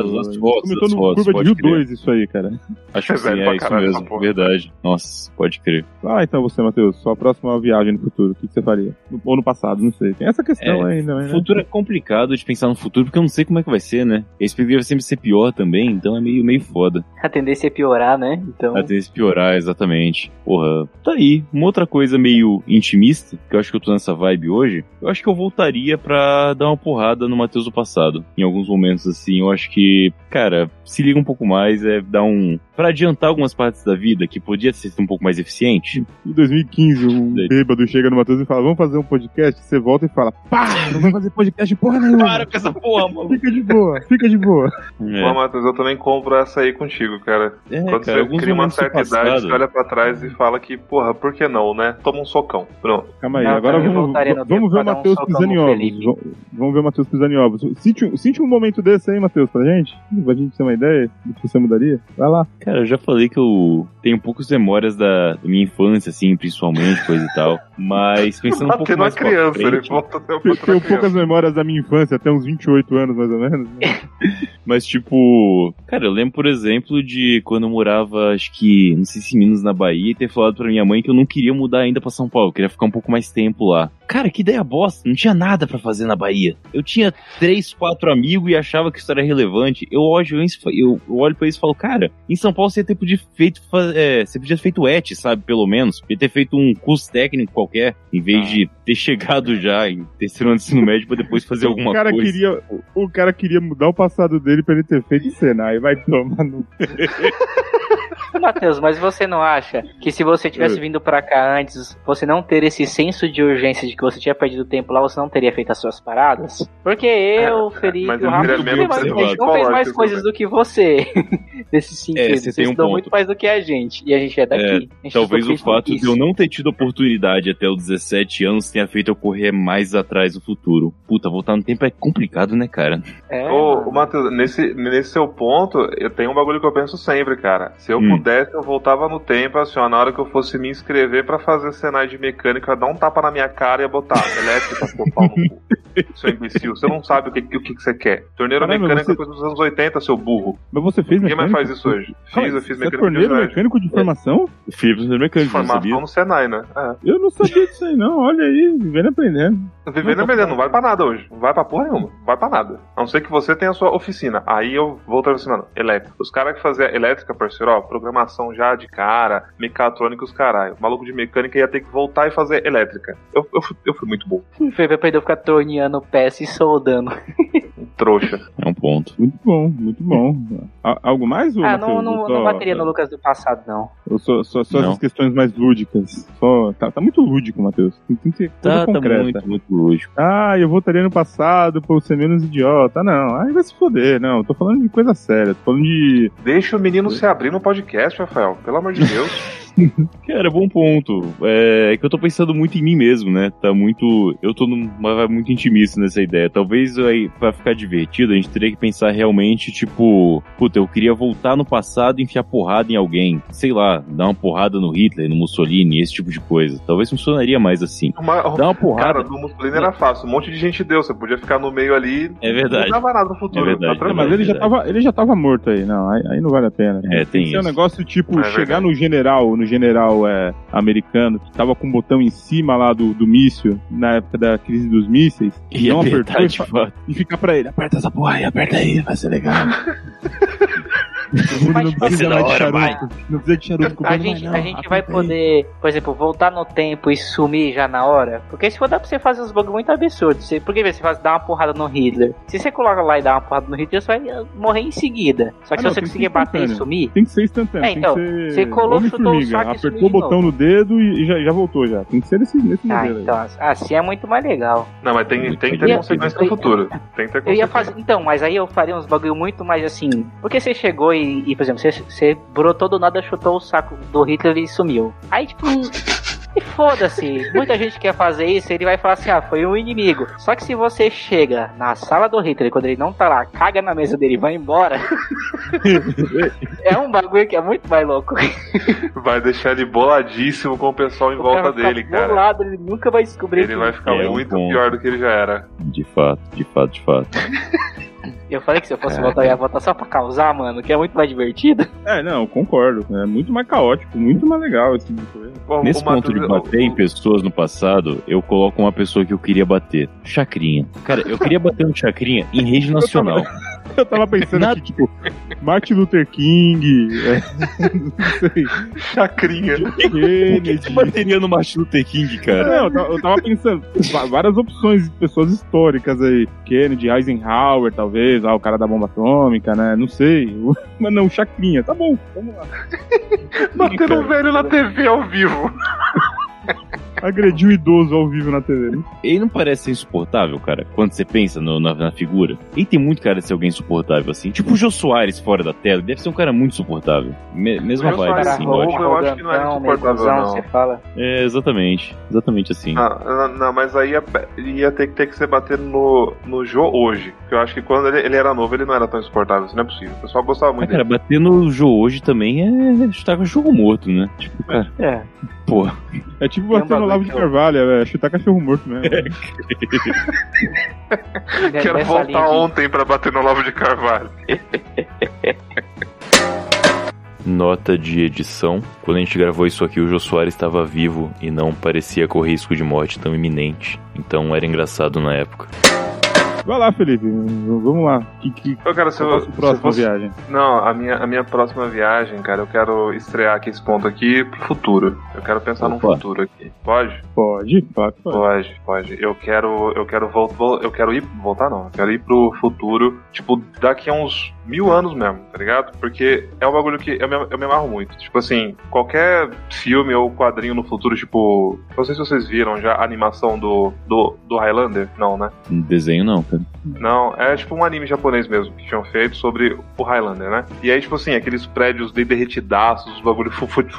no Curva de Rio 2, isso aí, cara. Acho que sim, é isso mesmo, verdade. Nossa, pode crer. Então você, Matheus, sua próxima viagem no futuro, o que você faria? Ou no passado, não sei. Tem essa questão ainda, né? O futuro é complicado de pensar no futuro, porque eu não sei como é que vai ser, né? A expectativa vai sempre ser pior também, então é meio foda. A tendência é piorar, né? Então... A tendência é piorar, exatamente. Porra, tá aí. Uma outra coisa meio intimista, que eu acho que eu tô nessa vibe hoje, eu acho que eu voltaria pra dar uma porrada no Matheus do passado. Em alguns momentos, assim, eu acho que, cara, se liga um pouco mais, dar pra adiantar algumas partes da vida que podia ser um pouco mais eficiente. Em 2015, um bêbado chega no Matheus e fala, vamos fazer um podcast? Você volta e fala, pá, não vamos fazer podcast porra nenhuma. Para com essa porra, mano. Fica de boa. Pô, Matheus, eu também compro essa aí contigo, cara. Quando cara, você cria uma certa idade, você olha pra trás e fala que, porra, por que não, né? Toma um socão. Pronto. Calma aí, agora vamos ver o Matheus pisando em ovos. Vamos ver o Matheus pisando em ovos. Sente um momento desse aí, Matheus, pra gente ter uma ideia do que você mudaria. Vai lá. Cara, eu já falei que eu tenho poucas memórias da minha infância, assim, principalmente, coisa e tal. Mas pensando um pouco mais criança, pra frente... ele volta até tenho poucas memórias da minha infância, até uns 28 anos, mais ou menos. Né? Mas, tipo... Cara, eu lembro, por exemplo, de quando eu morava, acho que, não sei se em Minas, na Bahia, e ter falado pra minha mãe que eu não queria mudar ainda pra São Paulo, eu queria ficar um pouco mais tempo lá. Cara, que ideia bosta, não tinha nada pra fazer na Bahia. Eu tinha 3, 4 amigos e achava que isso era relevante. Eu olho pra isso e falo, cara, em São Paulo você podia ter feito ET, sabe, pelo menos. Podia ter feito um curso técnico qualquer, em vez de ter chegado já em terceiro ano de ensino médio pra depois fazer alguma coisa. O cara queria mudar o passado dele pra ele ter feito Senai, vai tomar no... Matheus, mas você não acha que se você tivesse vindo pra cá antes, você não ter esse senso de urgência de que você tinha perdido tempo lá, você não teria feito as suas paradas? Porque eu, Felipe, o Rafa, a gente não fez mais coisas do que você. Nesse sentido. Vocês estudam muito mais do que a gente. E a gente é daqui. Talvez o fato de eu não ter tido oportunidade até os 17 anos tenha feito eu correr mais atrás no futuro. Puta, voltar no tempo é complicado, né, cara? Ô, Matheus, nesse seu ponto, eu tenho um bagulho que eu penso sempre, cara. Se eu pudesse, eu voltava no tempo, assim, ó, na hora que eu fosse me inscrever pra fazer Senai de mecânica, dar um tapa na minha cara e ia botar elétrica, pô, pau no cu. Seu imbecil, você não sabe o que você quer. Torneiro mecânico é coisa dos anos 80, seu burro. Mas você fez Ninguém mais faz isso hoje. Eu fiz mecânico. Torneiro mecânico de formação? Fiz mecânico, formação no Senai, né? Eu não sabia disso aí, não. Olha aí, vivendo e aprendendo. Vivendo e aprendendo, não vai pra nada hoje. Não vai pra porra nenhuma. Não vai pra nada. A não ser que você tenha a sua oficina. Aí eu vou trabalhando. Elétrica. Os caras que faziam elétrica, parceiro, ó, programação já de cara, mecatrônica, os caralho. O maluco de mecânica ia ter que voltar e fazer elétrica. Eu fui muito bom. O Felipe aprendeu a ficar torneando peça e soldando. Trouxa. É um ponto. Muito bom, muito bom. Algo mais? Não bateria no Lucas do passado, não. Só as questões mais lúdicas. Tá muito lúdico, Matheus. Tem que ser coisa concreta. Tá muito lúdico. Eu votaria no passado pra eu ser menos idiota. Não, aí vai se foder. Não, eu tô falando de coisa séria. Tô falando de... Deixa o menino se abrir no podcast, Rafael. Pelo amor de Deus. Cara, bom ponto. É que eu tô pensando muito em mim mesmo, né? Eu tô numa vibe muito intimista nessa ideia. Talvez aí, pra ficar divertido, a gente teria que pensar realmente, tipo, puta, eu queria voltar no passado e enfiar porrada em alguém. Sei lá, dar uma porrada no Hitler, no Mussolini, esse tipo de coisa. Talvez funcionaria mais assim. Dar uma porrada. Cara, no Mussolini era fácil. Um monte de gente deu. Você podia ficar no meio ali. É verdade. Não dava nada no futuro. É verdade, mas ele já tava morto aí. Não, aí não vale a pena. Tem isso. É um negócio tipo chegar no general americano, que tava com o botão em cima lá do míssil, na época da crise dos mísseis, e não apertou e ficar pra ele, aperta essa porra aí, aperta aí, vai ser legal. Não precisa de charuto. A gente vai poder, por exemplo, voltar no tempo e sumir já na hora. Porque se for dar pra você fazer uns bagulho muito absurdos. Porque você faz dar uma porrada no Hitler. Se você coloca lá e dá uma porrada no Hitler, você vai morrer em seguida. Só que se você conseguir bater e sumir. Tem que ser instantâneo. Então, você colou, chutou o saco, apertou o botão no dedo e já voltou já. Tem que ser nesse modelo. Então, assim é muito mais legal. Não, mas tem que ter consequência no futuro. Tem que ter consequência. Eu ia fazer, então, mas aí eu faria uns bagulho muito mais assim. Porque você chegou e por exemplo, você brotou do nada, chutou o saco do Hitler e sumiu. Aí, tipo, e foda-se. Muita gente quer fazer isso, ele vai falar assim, foi um inimigo. Só que se você chega na sala do Hitler, quando ele não tá lá, caga na mesa dele e vai embora, é um bagulho que é muito mais louco. Vai deixar ele boladíssimo com o pessoal em volta dele, cara. Bolado, ele nunca vai descobrir. Ele vai ficar muito pior do que ele já era. De fato. Eu falei que se eu fosse votar, eu ia votar só pra causar, mano, que é muito mais divertido. Não, concordo. É muito mais caótico, muito mais legal esse tipo de coisa. Nesse ponto de bater em pessoas no passado, eu coloco uma pessoa que eu queria bater. Chacrinha. Cara, eu queria bater no Chacrinha em rede nacional. Eu tava pensando que, tipo, Martin Luther King, não sei, Chacrinha. Por que você bateria no Martin Luther King, cara? Não, eu tava pensando, várias opções de pessoas históricas aí. Kennedy, Eisenhower, talvez, o cara da bomba atômica, né? Não sei. Mas não, Chacrinha. Tá bom, vamos lá. Batendo um velho na TV ao vivo. Agrediu um idoso ao vivo na TV. Ele não parece ser insuportável, cara, quando você pensa na figura. Ele tem muito cara de ser alguém insuportável, assim. Tipo o Jô Soares fora da tela. Deve ser um cara muito insuportável. Mesma vibe, assim, eu acho que não é insuportável, não. Você fala. Exatamente assim. Não, mas aí ia ter que ser batendo no Jô hoje. Porque eu acho que quando ele era novo, ele não era tão insuportável. Isso não é possível. O pessoal gostava muito dele. Cara, bater no Jô hoje também é chutar cachorro morto, né? Tipo, cara. Porra. É tipo bater no Olavo de Carvalho, chutar cachorro morto mesmo. Quero voltar ontem pra bater no Olavo de Carvalho. Nota de edição. Quando a gente gravou isso aqui, o Jô Soares estava vivo e não parecia correr risco de morte tão iminente. Então era engraçado na época. Vai lá, Felipe, vamos lá. Eu quero próxima viagem. Não, a minha próxima viagem, cara, eu quero estrear aqui esse ponto aqui pro futuro. Eu quero pensar num futuro aqui. Pode? Pode. Pode. Eu quero voltar, não. Eu quero ir pro futuro, tipo, daqui a uns 1000 anos mesmo, tá ligado? Porque é um bagulho que eu me amarro muito. Tipo assim, qualquer filme ou quadrinho no futuro, tipo... Não sei se vocês viram já a animação do Highlander. Não, né? Desenho não, cara. Não, é tipo um anime japonês mesmo que tinham feito sobre o Highlander, né? E aí, tipo assim, aqueles prédios de derretidaços, os bagulho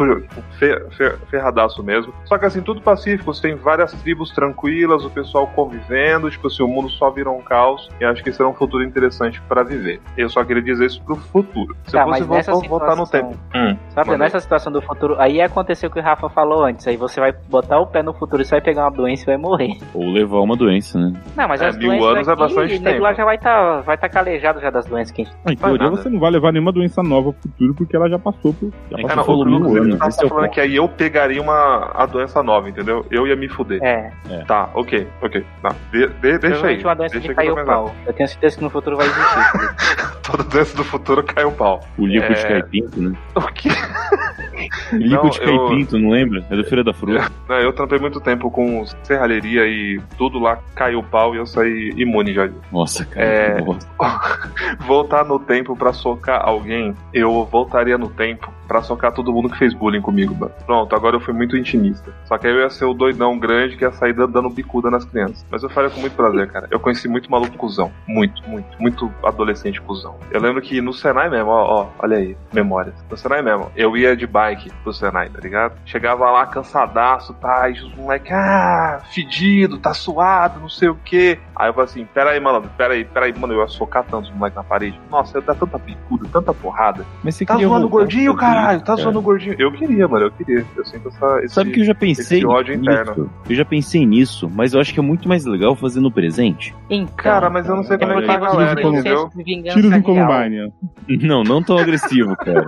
ferradaço mesmo. Só que assim, tudo pacífico, você tem várias tribos tranquilas, o pessoal convivendo, tipo assim, o mundo só vira um caos, e acho que esse é um futuro interessante pra viver. Eu só queria dizer isso pro futuro. Se eu fosse voltar no tempo. Sabe, nessa situação do futuro, aí aconteceu o que o Rafa falou antes, aí você vai botar o pé no futuro e você vai pegar uma doença e vai morrer. Ou levar uma doença, né? Não, mas as 1000 doenças anos é bastante tempo. Lá já vai tá calejado já das doenças que a gente Em teoria você não vai levar nenhuma doença nova pro futuro porque ela já passou por... O Lucas tá falando que aí eu pegaria a doença nova, entendeu? Eu ia me fuder. Tá, ok. Tá. Deixa aí. Uma doença de cair o pau. Eu tenho certeza que no futuro vai existir. Toda doença do futuro cai o pau. O líquido de caipinto, né? O quê? Líquido de caipinto, não lembra? É do Feira da Fruta. Não, eu trampei muito tempo com serralheria e tudo lá caiu o pau e eu saí imune já. Nossa, cara. Voltar no tempo pra socar alguém, eu voltaria no tempo pra socar todo mundo que fez bullying comigo, mano. Pronto, agora eu fui muito intimista. Só que aí eu ia ser o doidão grande que ia sair dando bicuda nas crianças. Mas eu faria com muito prazer, cara. Eu conheci muito maluco cuzão. Muito adolescente cuzão. Eu lembro que no Senai mesmo, olha aí, memórias. No Senai mesmo, eu ia de bike pro Senai, tá ligado? Chegava lá cansadaço, tá? E os moleques, fedido, tá suado, não sei o quê. Aí eu falei assim, peraí, malandro, mano, eu ia socar tantos moleques na parede. Nossa, eu ia dar tanta bicuda, tanta porrada. Mas você tá zoando o gordinho, caralho? Tá zoando o gordinho? Eu queria, mano, eu sinto esse... Sabe que eu já pensei esse ódio interno. Eu já pensei nisso, mas eu acho que é muito mais legal fazer no presente. Cara, mas eu não sei como é que a galera, entendeu? Tiros em Columbine. Não tão agressivo, cara.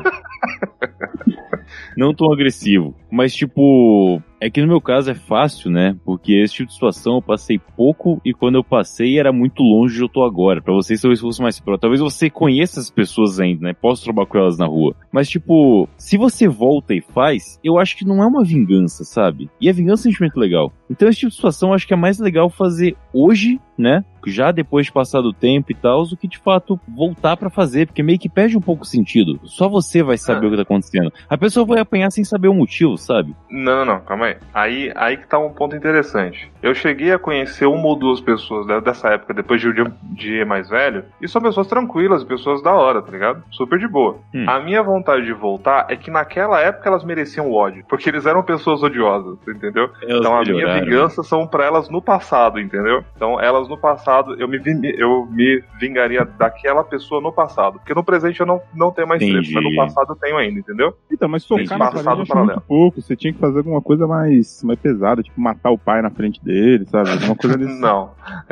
Não tão agressivo. Mas, tipo, é que no meu caso é fácil, né? Porque esse tipo de situação eu passei pouco e quando eu passei era muito longe de eu tô agora. Pra vocês talvez fosse mais próximo. Talvez você conheça as pessoas ainda, né? Posso trocar com elas na rua. Mas, tipo, se você volta e faz, eu acho que não é uma vingança, sabe? E a vingança é um sentimento legal. Então esse tipo de situação eu acho que é mais legal fazer hoje, né? Já depois de passar do tempo e tal, do que de fato voltar pra fazer, porque meio que perde um pouco o sentido. Só você vai saber o que tá acontecendo. A pessoa vai apanhar sem saber o motivo, sabe? Não, calma aí. Aí que tá um ponto interessante. Eu cheguei a conhecer uma ou duas pessoas dessa época, depois de ir mais velho, e são pessoas tranquilas, pessoas da hora, tá ligado? Super de boa. A minha vontade de voltar é que naquela época elas mereciam ódio, porque eles eram pessoas odiosas, entendeu? Então a minha vingança são pra elas no passado, entendeu? Então elas no passado, eu me vingaria daquela pessoa no passado. Porque no presente eu não tenho mais treta, mas no passado eu tenho ainda, entendeu? Então, mas socar na parede é muito pouco. Você tinha que fazer alguma coisa mais pesada, tipo matar o pai na frente dele, sabe? Alguma coisa desse. Não.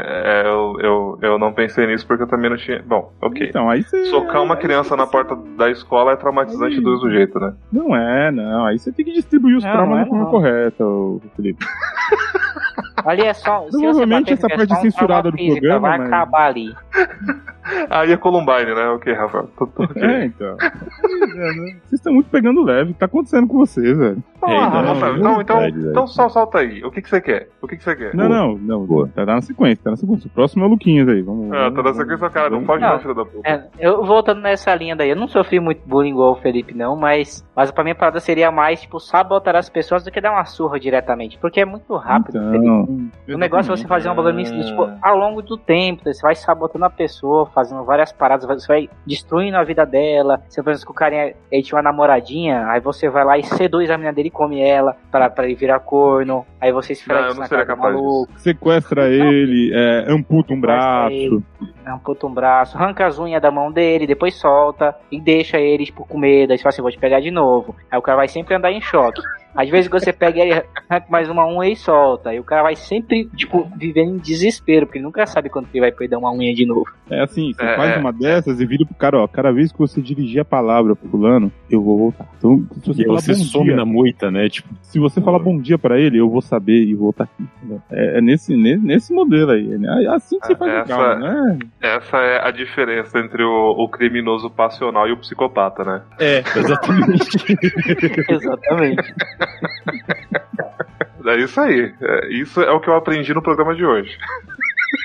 Eu não pensei nisso porque eu também não tinha... Bom, ok. Então, aí você... Socar uma criança na porta da escola é traumatizante do mesmo jeito, né? Não. Aí você tem que distribuir os traumas da forma correta, Felipe. Ali é só... Provavelmente essa parte censurada do programa vai acabar ali. Aí é Columbine, né? Ok, Rafael. Okay. Então. Vocês estão muito pegando leve. O que tá acontecendo com vocês, velho? Rafael, então só solta aí. O que você quer? Não. Boa. Tá na sequência. O próximo é o Luquinhas aí. Vamos tá na sequência, cara. Não pode não, filho da puta. Eu voltando nessa linha daí, eu não sofri muito bullying igual o Felipe, não, mas pra mim a parada seria mais, tipo, sabotar as pessoas do que dar uma surra diretamente. Porque é muito rápido, Felipe. O negócio é você fazer um bagulho tipo, ao longo do tempo, você vai sabotando a pessoa, fazendo várias paradas, você vai destruindo a vida dela. Você pensa que o carinha ele tinha uma namoradinha, aí você vai lá e seduz a menina dele e come ela pra ele virar corno. Aí você esfrega isso na cara do maluco. Sequestra ele, amputa um braço. Amputa um braço, arranca as unhas da mão dele, depois solta e deixa ele, tipo, com medo. Aí você fala assim, vou te pegar de novo. Aí o cara vai sempre andar em choque. Às vezes você pega ele, arranca mais uma unha e solta. Aí o cara vai sempre, tipo, vivendo em desespero, porque ele nunca sabe quando ele vai perder uma unha de novo. É assim, você faz uma dessas e vira pro cara, cada vez que você dirigir a palavra pro fulano, eu vou voltar. Então, se você some na moita, né? Tipo, se você falar bom dia pra ele, eu vou saber e vou estar aqui. É nesse modelo aí. É assim que você faz o carro, né? Essa é a diferença entre o criminoso passional e o psicopata, né? Exatamente. Exatamente. É isso aí. Isso é o que eu aprendi no programa de hoje.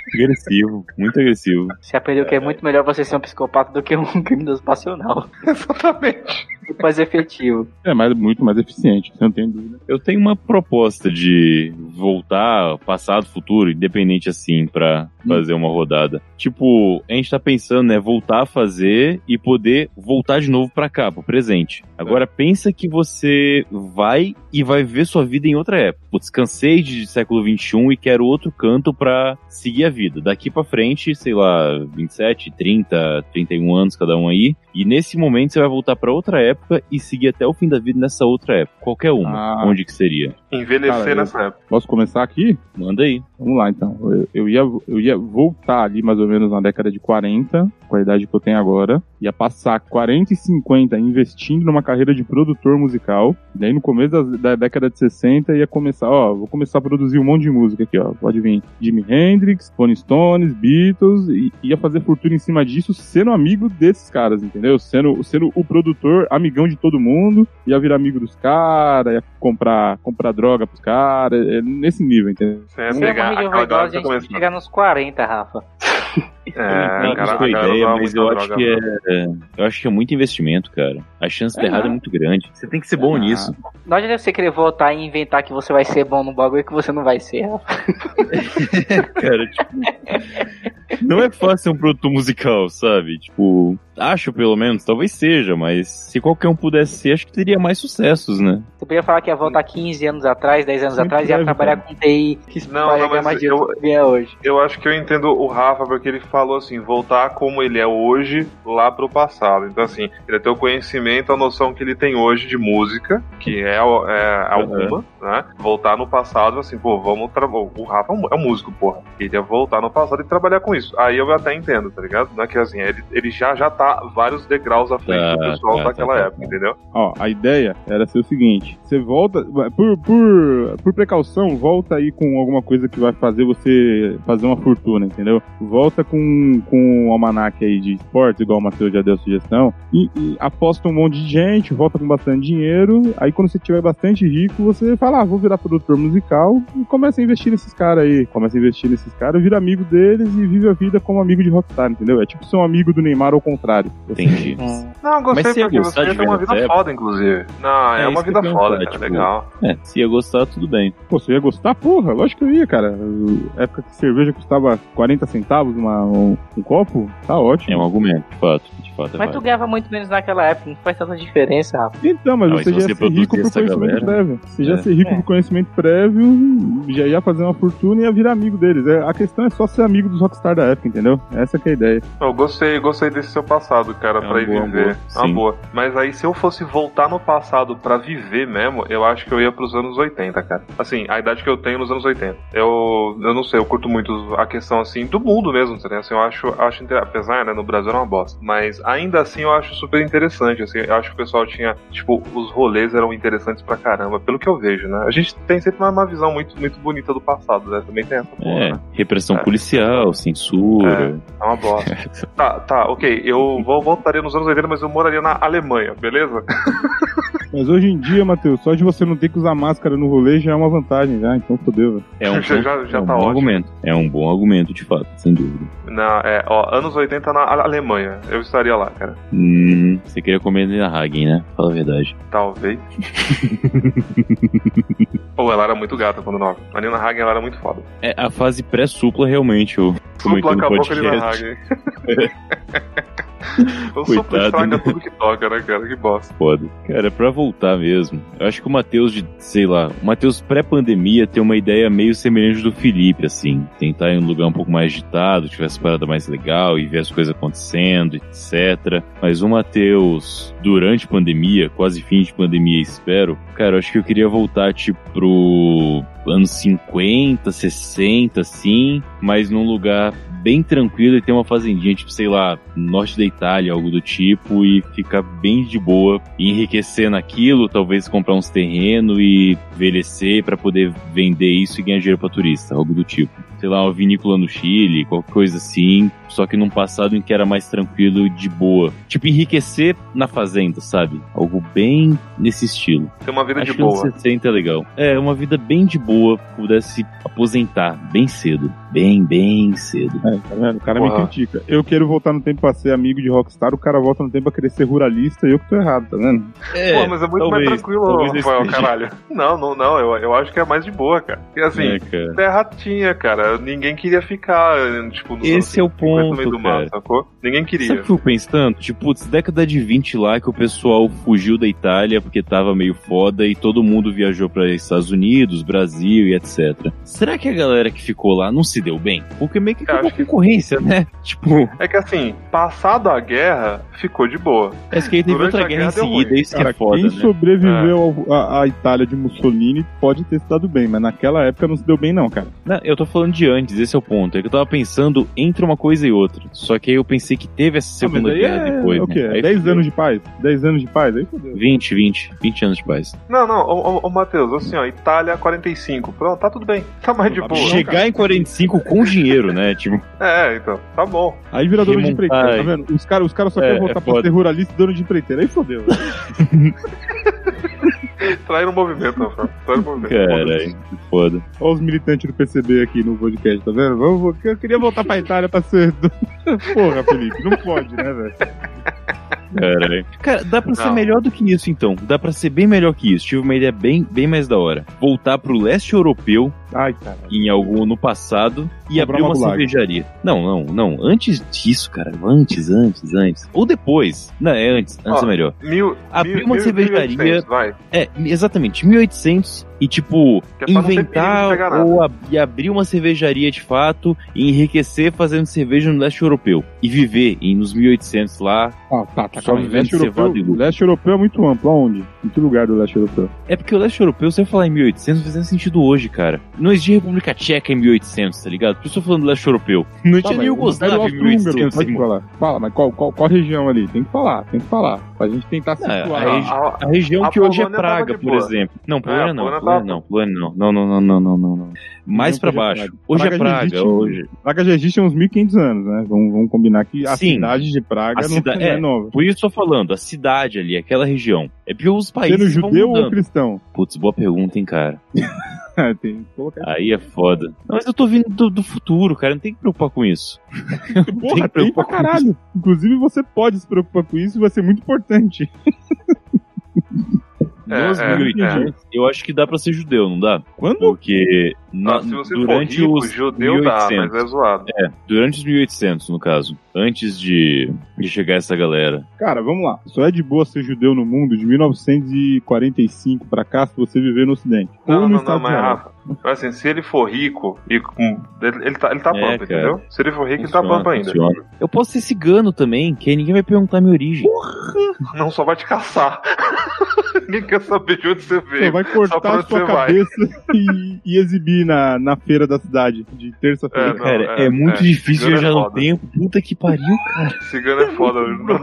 Agressivo, muito agressivo. Você aprendeu que é muito melhor você ser um psicopata do que um criminoso passional. Exatamente. Muito mais efetivo. Muito mais eficiente, você não tem dúvida. Eu tenho uma proposta de voltar passado, futuro, independente assim, pra fazer uma rodada. Tipo, a gente tá pensando, né, voltar a fazer e poder voltar de novo pra cá, pro presente. Agora, pensa que você vai ver sua vida em outra época. Putz, cansei de século XXI e quero outro canto pra seguir a vida. Daqui pra frente, sei lá, 27, 30, 31 anos cada um aí. E nesse momento você vai voltar pra outra época e seguir até o fim da vida nessa outra época. Qualquer uma. Onde que seria? Envelhecer nessa época. Posso começar aqui? Manda aí. Vamos lá, então. Eu ia voltar ali mais ou menos na década de 40, com a idade que eu tenho agora. Ia passar 40 e 50 investindo numa carreira de produtor musical. Daí no começo da década de 60 ia começar, vou começar a produzir um monte de música aqui, pode vir Jimi Hendrix, Rolling Stones, Beatles, e ia fazer fortuna em cima disso, sendo amigo desses caras, entendeu? Sendo o produtor, amigão de todo mundo, ia virar amigo dos caras, ia comprar droga pros caras, nesse nível, entendeu? Você é uma mídia vaidosa, a gente tem que chegar nos 40, Rafa. Mas eu acho que é muito investimento, cara. A chance de errado é muito grande. Você tem que ser bom nisso. Não adianta você querer voltar e inventar que você vai ser bom no bagulho que você não vai ser, Rafa. Cara, tipo, não é fácil ser um produtor musical, sabe? Tipo, acho pelo menos, talvez seja, mas se qualquer um pudesse ser, acho que teria mais sucessos, né? Você podia falar que ia voltar 15 anos atrás, 10 anos atrás, e ia trabalhar com TI, que vai ganhar mais dinheiro do que ganha hoje. Eu acho que eu entendo o Rafa, porque ele falou assim, voltar como ele é hoje, lá pro passado. Então assim, ele tem o conhecimento, a noção que ele tem hoje de música, que é alguma, né? Voltar no passado, assim, o Rafa é um músico, porra. Ele ia voltar no passado e trabalhar com isso. Aí eu até entendo, tá ligado? Não é que assim, ele já tá vários degraus à frente do pessoal daquela época, entendeu? A ideia era ser o seguinte, você volta, por precaução, volta aí com alguma coisa que vai fazer você fazer uma fortuna, entendeu? Volta com um almanac aí de esportes, igual o Matheus já deu a sugestão, e aposta um monte de gente, volta com bastante dinheiro, aí quando você tiver bastante rico, você fala, vou virar produtor musical, e começa a investir nesses caras aí, vira amigo deles e vive a vida como amigo de rockstar, entendeu? É tipo ser um amigo do Neymar ao contrário. Entendi. Não, gostei porque você ia ter uma vida foda, inclusive. Não, é uma vida foda, cara, tipo, legal. Se ia gostar, tudo bem. Pô, você ia gostar? Porra, lógico que eu ia, cara. Época que cerveja custava 40 centavos um copo, tá ótimo. É um argumento, de fato. Mas tu ganhava muito menos naquela época, não faz tanta diferença, Rafa. Então, mas você já ia ser rico por conhecimento prévio. Você já ia ser rico por conhecimento prévio, já ia fazer uma fortuna e ia virar amigo deles. A questão é só ser amigo dos rockstar da época, entendeu? Essa que é a ideia. Eu gostei desse seu passado, cara, pra ir viver. Uma boa. Mas aí, se eu fosse voltar no passado pra viver mesmo, eu acho que eu ia pros anos 80, cara. Assim, a idade que eu tenho nos anos 80. Eu não sei, eu curto muito a questão, assim, do mundo mesmo, né? Assim, eu acho apesar, né, no Brasil era uma bosta, mas ainda assim eu acho super interessante, assim, eu acho que o pessoal tinha, tipo, os rolês eram interessantes pra caramba, pelo que eu vejo, né? A gente tem sempre uma visão muito, muito bonita do passado, né? Também tem essa porra, né? Repressão policial, censura. É uma bosta. Tá, ok, eu voltaria nos anos 80, mas eu moraria na Alemanha, beleza? Mas hoje em dia, Matheus, só de você não ter que usar máscara no rolê já é uma vantagem, já, então fodeu. Já tá bom ótimo. Argumento. É um bom argumento, de fato, sem dúvida. Anos 80 na Alemanha, eu estaria lá, cara. Você queria comer na Hagen, né? Fala a verdade. Talvez. Ela era muito gata quando nova. A Nina Hagen, ela era muito foda. A fase pré-supla, realmente, Supla acabou com a Nina Hagen. O Supla estraga tudo que toca, né, cara? Que bosta. Foda. Cara, pra voltar mesmo, eu acho que o Matheus o Matheus pré-pandemia tem uma ideia meio semelhante do Felipe, assim. Tentar ir em um lugar um pouco mais agitado, tivesse parada mais legal e ver as coisas acontecendo, etc. Mas o Matheus, durante a pandemia, quase fim de pandemia, espero, cara, eu acho que eu queria voltar, tipo, pro anos 50, 60, assim, mas num lugar bem tranquilo e ter uma fazendinha, tipo, sei lá, norte da Itália, algo do tipo, e ficar bem de boa e enriquecer naquilo, talvez comprar uns terrenos e envelhecer pra poder vender isso e ganhar dinheiro pra turista, algo do tipo. Sei lá, uma vinícola no Chile, qualquer coisa assim, só que num passado em que era mais tranquilo e de boa. Tipo, enriquecer na fazenda, sabe? Algo bem nesse estilo. Ter uma vida Acho de boa. Acho que 60 é legal. Uma vida bem de boa, pudesse aposentar bem cedo. bem cedo. Tá vendo? O cara me critica. Eu quero voltar no tempo pra ser amigo de Rockstar, o cara volta no tempo pra querer ser ruralista e eu que tô errado, tá vendo? Pô, mas é muito mais tranquilo, Rafael, caralho. Não, eu acho que é mais de boa, cara. Porque assim, terra tinha, cara. Ninguém queria ficar, tipo, no esse é o ponto, no meio do mato, sacou? Ninguém queria. Sabe o que eu penso tanto? Tipo, putz, década de 20 lá que o pessoal fugiu da Itália porque tava meio foda e todo mundo viajou para Estados Unidos, Brasil e etc. Será que a galera que ficou lá não se deu bem? Porque meio que acabou a concorrência, né? Tipo... É que assim, passado a guerra, ficou de boa. É que aí teve outra guerra em seguida, isso que é foda, quem sobreviveu à Itália de Mussolini pode ter se dado bem, mas naquela época não se deu bem não, cara. Não, eu tô falando de antes, esse é o ponto. É que eu tava pensando entre uma coisa e outra. Só que aí eu pensei que teve essa segunda guerra depois. O quê? Né? 10 anos de paz? 10 anos de paz? Aí fodeu. 20 anos de paz. Não, ô Matheus, assim, ó, Itália 45. Pronto, tá tudo bem. Tá mais de boa. Chegar em 45 com dinheiro, né? Tipo... então, tá bom. Aí vira dono de empreiteira, tá vendo? Os caras só querem voltar pra ser ruralista e dono de empreiteira. Aí fodeu. Traíram o movimento, Rafael. Caralho, que foda. Olha os militantes do PCB aqui no podcast, tá vendo? Eu queria voltar pra Itália pra ser... Porra, Felipe, não pode, né, velho? Caralho. Cara, dá pra ser melhor do que isso, então. Dá pra ser bem melhor que isso. Tive uma ideia bem mais da hora. Voltar pro leste europeu, no passado, e abrir uma cervejaria. Não. Antes disso, cara. Antes. Ou depois. Não, é antes. Antes é melhor. Abrir uma cervejaria... 1800, vai. Exatamente. 1800... E, tipo, inventar e abrir uma cervejaria de fato e enriquecer fazendo cerveja no leste europeu. E viver nos 1800 lá. Só vivendo cevado e lucro. O leste europeu é muito amplo. Aonde? Em que lugar do leste europeu? É porque o leste europeu, se você falar em 1800, não faz sentido hoje, cara. Não existia República Tcheca em 1800, tá ligado? Por isso eu tô falando do leste europeu. Não tinha nem Yugoslávia em 1800. Pode falar. Fala, mas qual região ali? Tem que falar. Pra gente tentar situar. A região que hoje é Praga, por exemplo. Não, Polônia não. Não. Mais pra baixo. Hoje é Praga. Praga já existe há uns 1500 anos, né? Vamos combinar que a cidade de Praga não é nova. Por isso eu tô falando, a cidade ali, aquela região. É porque os países sendo judeu ou cristão? Putz, boa pergunta, hein, cara. Tem que colocar. Aí é foda. Não, mas eu tô vindo do futuro, cara. Não tem que preocupar com isso. Porra, tem pra caralho. Inclusive você pode se preocupar com isso e vai ser muito importante. Eu acho que dá pra ser judeu, não dá? Quando? Porque se você durante for rico, os judeu 1800, dá, mas é zoado. Durante os 1800, no caso. Antes de chegar essa galera. Cara, vamos lá. Só é de boa ser judeu no mundo de 1945 pra cá se você viver no Ocidente. Não, mas Rafa, assim, se ele for rico, ele tá pampa, entendeu? Se ele for rico, ele tá pampa ainda. Eu posso ser cigano também, que aí ninguém vai perguntar a minha origem. Porra! Não, só vai te caçar. Ninguém quer saber de onde você veio. Você vai cortar a sua cabeça e exibir na feira da cidade de terça-feira. Cara, é muito difícil viajar no tempo. Puta que pariu, cara. Cigano é foda.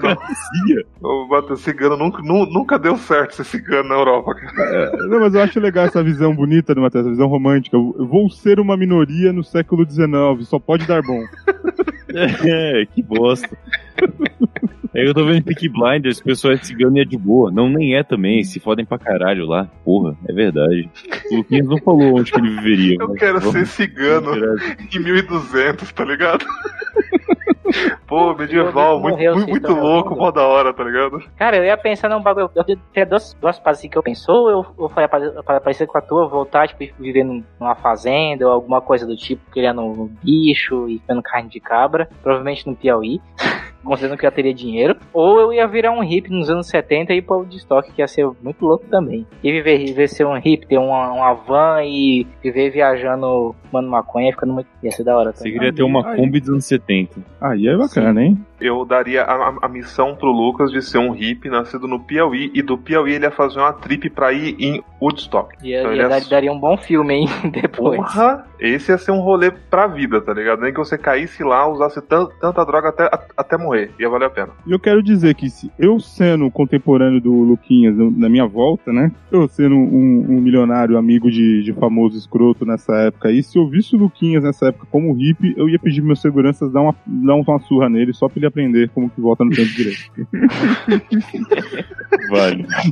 O cigano nunca deu certo ser cigano na Europa, cara. Não, mas eu acho legal essa visão bonita do Matheus, essa visão romântica. Eu vou ser uma minoria no século XIX, só pode dar bom. Que bosta. Aí eu tô vendo Peaky Blinders, o pessoal é cigano e é de boa. Não, nem é também, se fodem pra caralho lá. Porra, é verdade. O Luquinhas não falou onde que ele viveria. Eu quero ser cigano em 1200, tá ligado? Pô, medieval, muito louco, mó da hora, tá ligado? Cara, eu ia pensar num bagulho. Eu tinha duas fases assim que eu pensou, eu falei parecer com a tua, voltar, tipo, viver numa fazenda ou alguma coisa do tipo, criando um bicho e comendo carne de cabra, provavelmente no Piauí. Considerando que eu teria dinheiro, ou eu ia virar um hippie nos anos 70 e ir para o de estoque, que ia ser muito louco também. E viver ser um hippie, ter uma van e viver viajando, fumando maconha, ia ser da hora também. Você queria ter uma Kombi dos anos 70. Aí é bacana, hein? Eu daria a missão pro Lucas de ser um hippie nascido no Piauí, e do Piauí ele ia fazer uma trip pra ir em Woodstock. Daria um bom filme, hein, depois. Porra, esse ia ser um rolê pra vida, tá ligado? Nem que você caísse lá, usasse tanta droga até morrer. Ia valer a pena. E eu quero dizer que se eu sendo contemporâneo do Luquinhas na minha volta, né? Eu sendo um milionário amigo de famoso escroto nessa época aí, se eu visse o Luquinhas nessa época como hippie, eu ia pedir meus seguranças dar uma surra nele só pra ele aprender como que volta no tempo direito. Vale.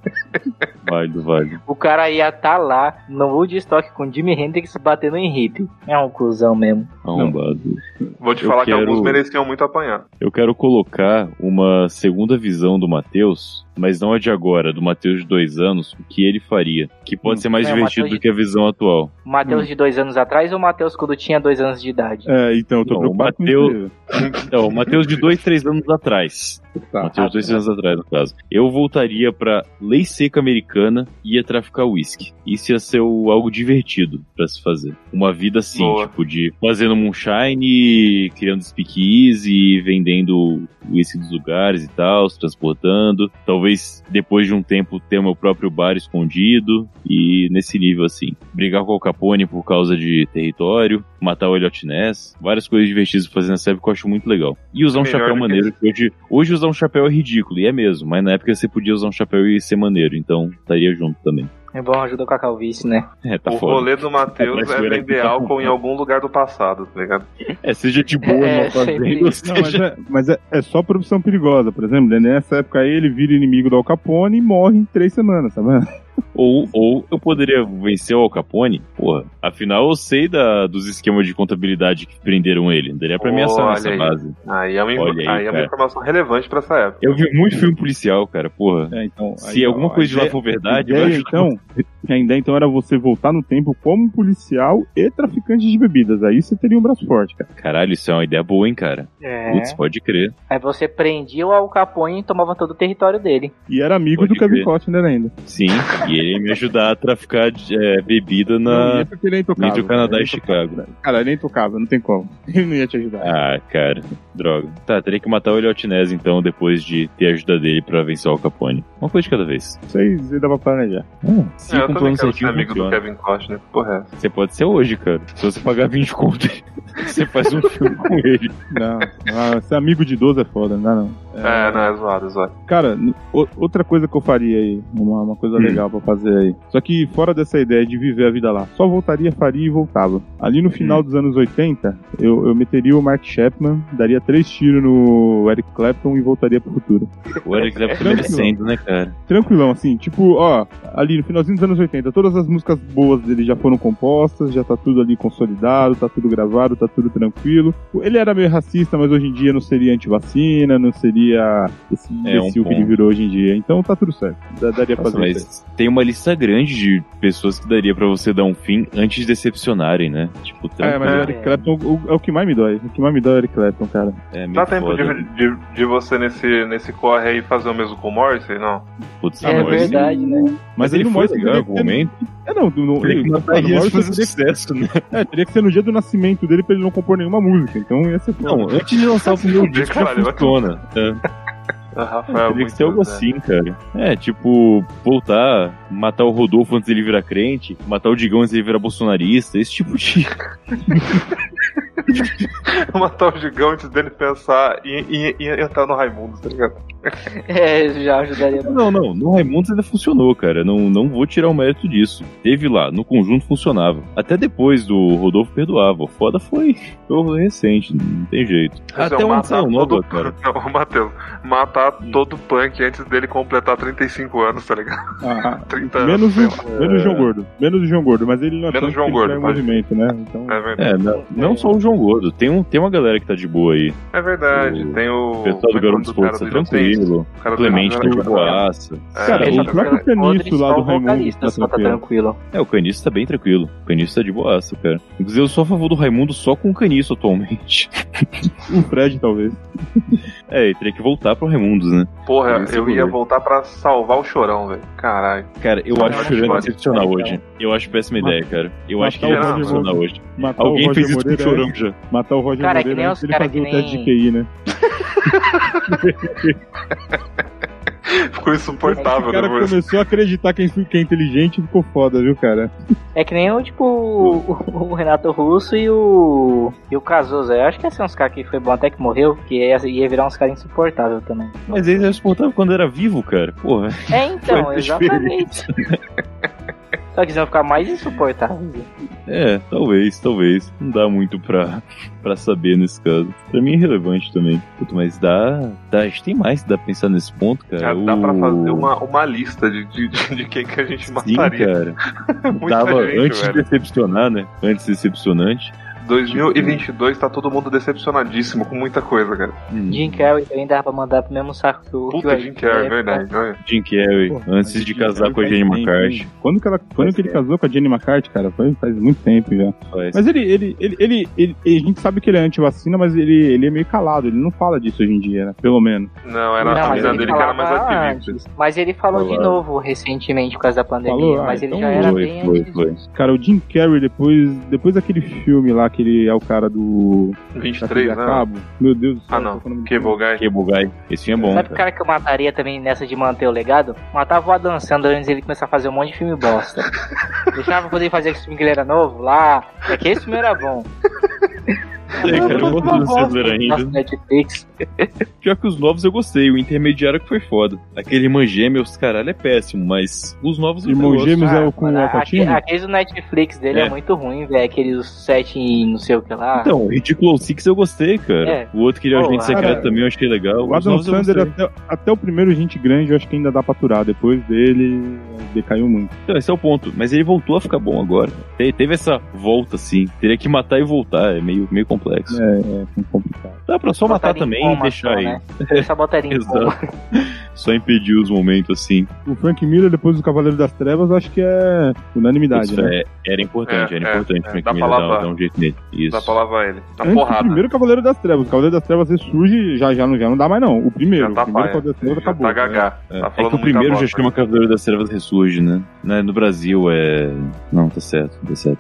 Válido. O cara ia estar lá no Woodstock com Jimi Hendrix batendo em hippie. É um cuzão mesmo. Arrombado. Vou te falar que alguns mereciam muito apanhar. Eu quero colocar uma segunda visão do Matheus, mas não a de agora, do Matheus de 2 anos, o que ele faria. Que pode ser mais divertido do que a visão atual. O Matheus de 2 anos atrás ou o Matheus quando tinha 2 anos de idade? Então eu tô preocupado com isso. Não, o Matheus de 2, 3 anos atrás. Matheus de 2, 3 anos atrás, no caso. Eu voltaria pra lei seca americana e ia traficar uísque. Isso ia ser algo divertido pra se fazer. Uma vida assim, tipo, de fazendo moonshine, criando speakeasy, vendendo uísque dos lugares e tal, se transportando. Talvez depois de um tempo ter o meu próprio bar escondido e nesse nível assim. Brigar com o Al Capone por causa de território, matar o Elliot Ness, várias coisas divertidas pra fazer nessa época que eu acho muito legal. E usar um chapéu maneiro, que hoje usar um chapéu é ridículo, e é mesmo, mas na época você podia usar um chapéu e ser maneiro, então estaria junto também. É bom, ajuda com a calvície, né? Tá o foda. rolê do Matheus é vender álcool em algum lugar do passado, tá ligado? Seja de boa numa fazenda. Mas é só profissão perigosa, por exemplo. Nessa época aí ele vira inimigo do Al Capone e morre em 3 semanas, tá vendo? Ou eu poderia vencer o Al Capone, porra. Afinal, eu sei dos esquemas de contabilidade que prenderam ele. Daria pra ameaçar nessa base. Aí é uma informação relevante pra essa época. Eu vi muito filme policial, cara, porra. Então, se alguma coisa de lá for verdade, a ideia então era você voltar no tempo como policial e traficante de bebidas. Aí você teria um braço forte, cara. Caralho, isso é uma ideia boa, hein, cara. Putz, pode crer. Aí você prendia o Al Capone e tomava todo o território dele. E era amigo do Kevin Costner ainda. Sim, e ele ia me ajudar a traficar bebida entre o Canadá e Chicago. Cara, ele é intocável, não tem como. Ele não ia te ajudar. Ah, cara, droga. Tá, teria que matar o Elliot Ness, então, depois de ter a ajuda dele pra vencer o Al Capone. Uma coisa de cada vez. Isso aí dá pra planejar. Eu também quero ser amigo do Kevin Costner, porra. Você pode ser hoje, cara. Se você pagar 20 conto, você faz um filme com ele. Não, ser amigo de idoso é foda, não dá não. É zoado. Cara, outra coisa que eu faria aí, uma coisa legal pra fazer aí. Só que fora dessa ideia de viver a vida lá, só voltaria, faria e voltava. Ali no final dos anos 80, eu meteria o Mark Chapman, daria 3 tiros no Eric Clapton e voltaria pro futuro. O Eric Clapton merecendo, né, cara? Tranquilão, assim, tipo, ali no finalzinho dos anos 80, todas as músicas boas dele já foram compostas, já tá tudo ali consolidado, tá tudo gravado, tá tudo tranquilo. Ele era meio racista, mas hoje em dia não seria antivacina, não seria esse imbecil que ele virou hoje em dia. Então tá tudo certo. Daria pra fazer isso. Tem uma lista grande de pessoas que daria pra você dar um fim antes de decepcionarem, né? Tipo, mas o Eric Clapton é o que mais me dói. O que mais me dói é o Eric Clapton, cara. Dá tempo de você nesse corre aí fazer o mesmo com o Morrissey, não? Putz, é verdade, né? Mas ele foi legal em algum momento. Ele mataria fazer sucesso, né? Teria que ser no dia do nascimento dele pra ele não compor nenhuma música. Então ia ser foda. Não, antes de lançar o primeiro disco já funciona. Teria que ser algo assim, cara. Tipo, voltar, matar o Rodolfo antes dele virar crente, matar o Digão antes dele virar bolsonarista, esse tipo de... Matar o Gigão antes dele pensar em entrar no Raimundos, tá ligado? Já ajudaria. Não, no Raimundos ainda funcionou, cara. Não vou tirar o mérito disso. Teve lá, no conjunto funcionava. Até depois do Rodolfo perdoava. O foda foi recente, não tem jeito. Até uma ação nova, cara. Não, Matheus, matar todo punk antes dele completar 35 anos, tá ligado? 30 anos. Menos o João Gordo. Menos o João Gordo, mas ele não é menos João Gordo, movimento, né? Então... É verdade. Não só o João Gordo, tem uma galera que tá de boa aí. É verdade, tem o pessoal do Garoto Esportes tá tranquilo, Clemente tá de boaça. Cara, o próprio Caniço lá do Raimundo tá tranquilo. O Caniço tá bem tranquilo, o Caniço tá de boaça, cara. Inclusive eu sou a favor do Raimundo só com o Caniço atualmente. O Fred talvez. E teria que voltar pro Raimundos, né? Porra, eu ia voltar pra salvar o Chorão, velho. Caralho. Cara, eu acho o Chorão excepcional hoje. Eu acho péssima ideia, cara. Eu acho que ele é excepcional hoje. Alguém fez isso com o Chorão já. Matar o Roger Moreira antes ele fazer o teste de QI, né? Ficou insuportável. O cara começou a acreditar que é inteligente e ficou foda, viu, cara? É que nem o Renato Russo e o Cazuza. Eu acho que ia ser uns caras que foi bom até que morreu, que ia virar uns caras insuportáveis também. Mas ele era insuportável quando era vivo, cara. Porra. Então, exatamente. Só que eles vão ficar mais insuportáveis. Talvez. Não dá muito pra saber nesse caso. Pra mim é irrelevante também. Puta, mas a gente tem mais que dá pra pensar nesse ponto, cara. Dá pra fazer uma lista de quem que a gente mataria. Sim, cara. Dava antes de decepcionar, né? Antes decepcionante. 2022 tá todo mundo decepcionadíssimo com muita coisa, cara. Jim Carrey também dava pra mandar pro mesmo saco que o... Puta, Jim Carrey, verdade. Jim Carrey, antes de casar com a Jenny McCarthy. Quando que ele casou com a Jenny McCarthy, cara? Faz muito tempo já. Mas ele, a gente sabe que ele é anti-vacina, mas ele é meio calado, ele não fala disso hoje em dia, né? Pelo menos. Não, era a vida dele que era mais ativista. Mas ele falou de novo recentemente por causa da pandemia, mas ele já era bem antes. Cara, o Jim Carrey, depois daquele filme lá, que ele é o cara do 23, né? Cabo. Meu Deus do céu. Não. Cable Guy. Esse filme é bom. Sabe o cara que eu mataria também nessa de manter o legado? Matava o Adam Sandler antes ele começar a fazer um monte de filme bosta. Deixava poder fazer esse filme que ele era novo lá. É que esse filme era bom. Cara, eu vou do César ainda. Netflix. Pior que os novos eu gostei, o intermediário que foi foda. Aquele Irmã Gêmeos, caralho, é péssimo, mas os novos Irmão Gêmeos é o com o Alpatino? Aqueles do Netflix dele é muito ruim, velho. Aqueles 7 e não sei o que lá. Então, o Ridículo Six eu gostei, cara. O outro que ele é agente secreto também eu achei legal. O Adam Sandler até o primeiro Gente Grande eu acho que ainda dá pra aturar. Depois dele decaiu muito. Então, esse é o ponto. Mas ele voltou a ficar bom agora. Teve essa volta, assim. Teria que matar e voltar. É meio complexo. É complicado. Dá pra só matar também e deixar aí. Né? Só botaria em coma. Só impedir os momentos assim. O Frank Miller, depois do Cavaleiro das Trevas, acho que é unanimidade, né? Era importante. O Frank Miller dar um jeito nele. Isso. Dá pra lavar ele. Tá Antes porrada. O primeiro Cavaleiro das Trevas. O Cavaleiro das Trevas ressurge, já não dá mais não. O primeiro. Já tá o primeiro Cavaleiro das Trevas acabou. Tá gagá. Tá que o primeiro já chama Cavaleiro das Trevas ressurge, né? No Brasil é... Não, tá certo.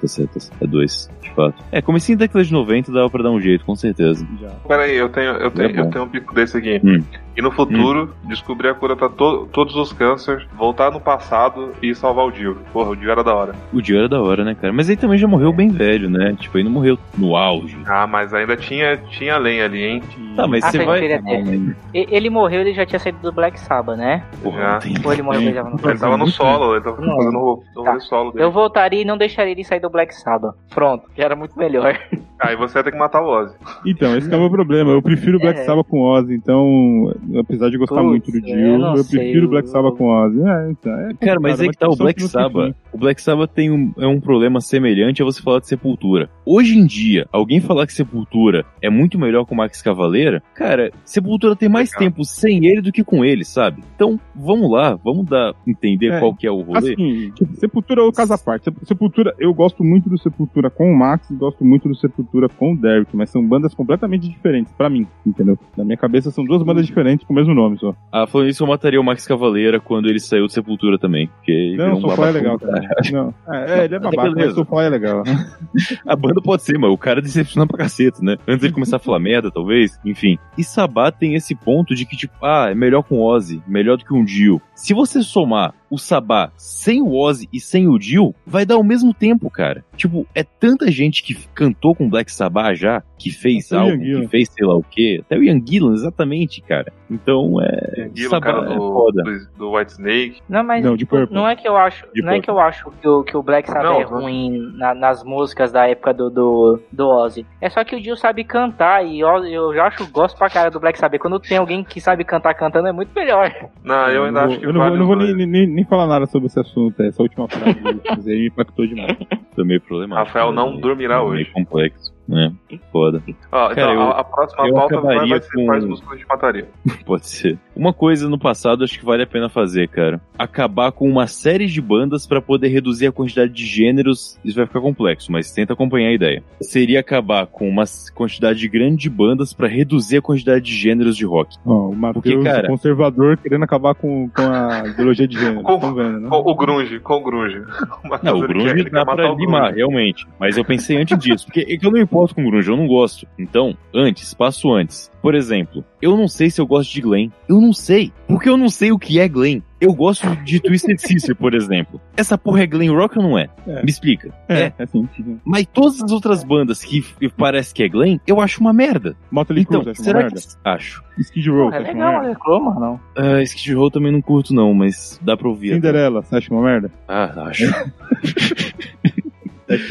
É 2, de fato. Comecinho da década de 90 dava pra dar um jeito, com certeza. Peraí, eu tenho um pico desse aqui. E no futuro, descobrir a cura pra todos os cânceres, voltar no passado e salvar o Dio. Porra, o Dio era da hora. O Dio era da hora, né, cara? Mas ele também já morreu bem velho, né? Tipo, ele não morreu no auge. Ah, mas ainda tinha lenha ali, hein? Tá, mas você vai... Ele morreu, ele já tinha saído do Black Sabbath, né? Porra, Ou ele morreu ele tava no solo, ele tava fazendo o solo dele. Eu voltaria e não deixaria ele sair do Black Sabbath. Pronto, já era muito melhor. Aí você vai ter que matar o Ozzy. Então, esse é o meu problema. Eu prefiro Black Sabbath com Ozzy, então, apesar de gostar muito do Dio, eu prefiro Black Sabbath com Ozzy. Cara, mas aí que tá, o Black Sabbath. O Black Sabbath tem um problema semelhante a você falar de Sepultura. Hoje em dia, alguém falar que Sepultura é muito melhor com o Max Cavaleira, cara, Sepultura tem mais tempo sem ele do que com ele, sabe? Então, vamos lá, vamos entender qual que é o rolê. Assim, Sepultura é o caso à parte. Sepultura, eu gosto muito do Sepultura com o Max e gosto muito do Sepultura com o Derek, mas são bandas completamente diferentes pra mim, entendeu? Na minha cabeça são duas bandas diferentes com o mesmo nome só. Falando isso, eu mataria o Max Cavaleira quando ele saiu de Sepultura também. Porque não, o Soulfly é legal, cara. Não, ele é babaca, mas o Soulfly é legal. A banda pode ser, mas o cara decepciona pra caceta, né? Antes de começar a falar merda, talvez. Enfim. E Sabá tem esse ponto de que, tipo, é melhor com Ozzy, melhor do que um Dio. Se você somar o Sabá sem o Ozzy e sem o Dio, vai dar o mesmo tempo, cara. Tipo, é tanta gente que cantou com Black Sabbath já, que fez algo, que fez sei lá o quê. Até o Ian Gillan, exatamente, cara. Então, Sabá é foda. Do White Snake. Não, mas não é que eu acho que o Black Sabbath é ruim nas músicas da época do Ozzy. É só que o Dio sabe cantar e eu já gosto pra cara do Black Sabbath. Quando tem alguém que sabe cantar cantando é muito melhor. Não, eu ainda acho que eu não vou nem falar nada sobre esse assunto. Essa última frase aí me impactou demais. Também problemático. Rafael não dormirá hoje. É complexo. Foda. Cara, então, a próxima pauta vai ser quais músicas de mataria. Pode ser. Uma coisa no passado acho que vale a pena fazer, cara. Acabar com uma série de bandas pra poder reduzir a quantidade de gêneros. Isso vai ficar complexo, mas tenta acompanhar a ideia. Seria acabar com uma quantidade grande de bandas pra reduzir a quantidade de gêneros de rock. O Matheus, cara, conservador, querendo acacar com a ideologia de gênero. Vendo, né? O grunge. Não, o grunge dá pra limar, realmente. Mas eu pensei antes disso. Porque eu não importo volto com grunge, eu não gosto. Então, passo antes. Por exemplo, eu não sei se eu gosto de Glam. Eu não sei. Porque eu não sei o que é Glam. Eu gosto de Twisted Sister, por exemplo. Essa porra é glam rock ou não é? Me explica. É sim. Mas todas as outras bandas que parece que é glam, eu acho uma merda. Motley Crue, então, será que acho? Skid Row, é legal, reclama, não. Skid Row também não curto não, mas dá pra ouvir. Cinderela, você acha uma merda? Acho. É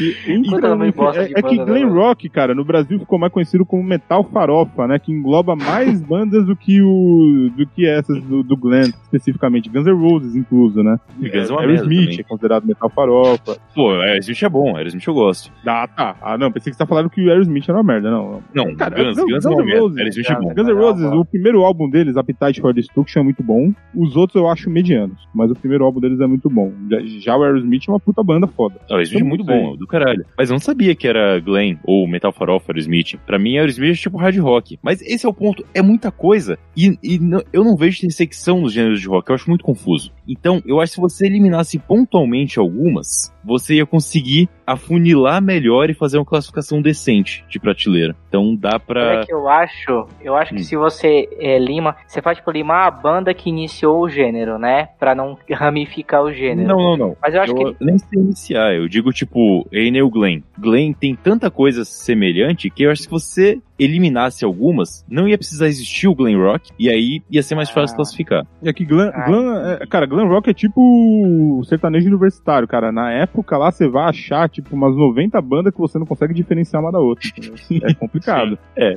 que glam rock, cara, no Brasil ficou mais conhecido como metal farofa, né? Que engloba mais bandas do que essas do glam, especificamente. Guns N' Roses, incluso, né? Aerosmith é considerado metal farofa. Pô, Aerosmith é bom, Aerosmith eu gosto. Tá. Não, pensei que você tá falando que o Aerosmith era uma merda, não. Não, cara, Guns é uma merda, Aerosmith é bom. Guns N' Roses, o primeiro álbum deles, Appetite for Destruction, é muito bom. Os outros eu acho medianos, mas o primeiro álbum deles é muito bom. Já o Aerosmith é uma puta banda foda. O Aerosmith é muito bom. Do caralho. Mas eu não sabia que era glam ou metal farofa Aerosmith. Pra mim, Aerosmith é tipo hard rock. Mas esse é o ponto. É muita coisa. Eu não vejo intersecção nos gêneros de rock. Eu acho muito confuso. Então, eu acho que se você eliminasse pontualmente algumas, você ia conseguir afunilar melhor e fazer uma classificação decente de prateleira. Então, dá pra... É que eu acho que se você você pode limar a banda que iniciou o gênero, né? Pra não ramificar o gênero. Não. Mas eu acho que... nem sei iniciar. Eu digo, tipo, Enel Glam. Glam tem tanta coisa semelhante que eu acho que se você eliminasse algumas, não ia precisar existir o glam rock, e aí ia ser mais fácil classificar. É que glam rock é tipo sertanejo universitário, cara. Na época lá você vai achar tipo umas 90 bandas que você não consegue diferenciar uma da outra. É complicado.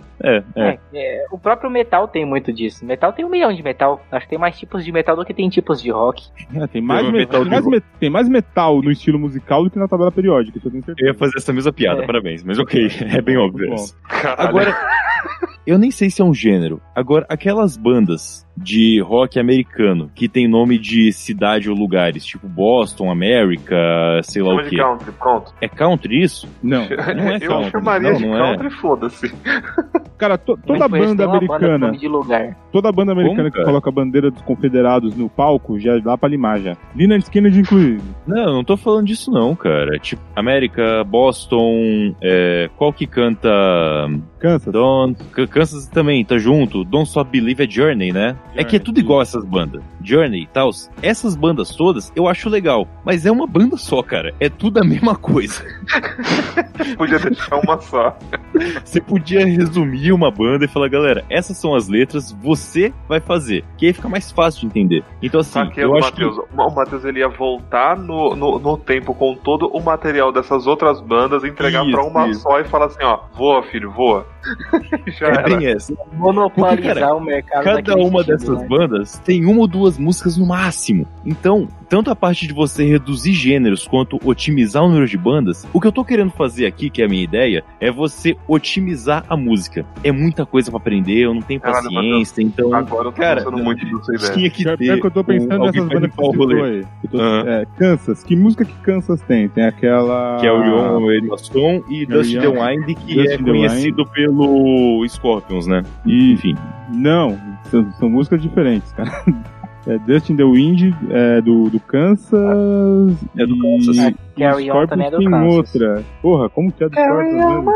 O próprio metal tem muito disso. Metal tem 1 milhão de metal. Acho que tem mais tipos de metal do que tem tipos de rock. Tem mais metal no estilo musical do que na tabela periódica, isso eu tenho certeza. Eu ia fazer essa mesma piada, parabéns. Mas ok, é bem óbvio isso. Agora, eu nem sei se é um gênero. Agora, aquelas bandas de rock americano que tem nome de cidade ou lugares, tipo Boston, América, sei lá o quê. De country, pronto. É country isso? Não é country. Eu chamaria de country, foda-se. Cara, toda banda americana. Toda banda americana que coloca a bandeira dos confederados no palco já dá pra limar já. Lynyrd Skynyrd incluído. Não tô falando disso não, cara. Tipo, América, Boston, qual que canta... Kansas. Kansas também, tá junto. Don't Stop Believe é Journey, né? Journey, é que é tudo igual essas bandas. Journey e tal. Essas bandas todas eu acho legal. Mas é uma banda só, cara. É tudo a mesma coisa. Podia deixar uma só. Você podia resumir uma banda e falar, galera, essas são as letras, você vai fazer. Que aí fica mais fácil de entender. Então assim, eu acho que... O Matheus, ele ia voltar no tempo com todo o material dessas outras bandas, entregar pra uma só e falar assim, ó, voa, filho, voa. Já era. Bem essa. Monopolizar porque, cara, o mercado. Cada uma dessas bandas tem 1 ou 2 músicas no máximo. Então, tanto a parte de você reduzir gêneros quanto otimizar o número de bandas, o que eu tô querendo fazer aqui, que é a minha ideia, é você otimizar a música. É muita coisa pra aprender, eu não tenho paciência, então... Agora eu tô pensando muito dessa ideia. Tinha que ter que eu tô pensando nessas bandas que você citou aí. Kansas, que música que Kansas tem? Tem aquela... Que é o Your Song e Dust the Wind, que é conhecido pelo Scorpions, né? Enfim. Não, são músicas diferentes, cara. Dust in the Wind é do Kansas. É do Kansas. Carry On também é do Kansas. Outra. Porra, como que é do Scorpions?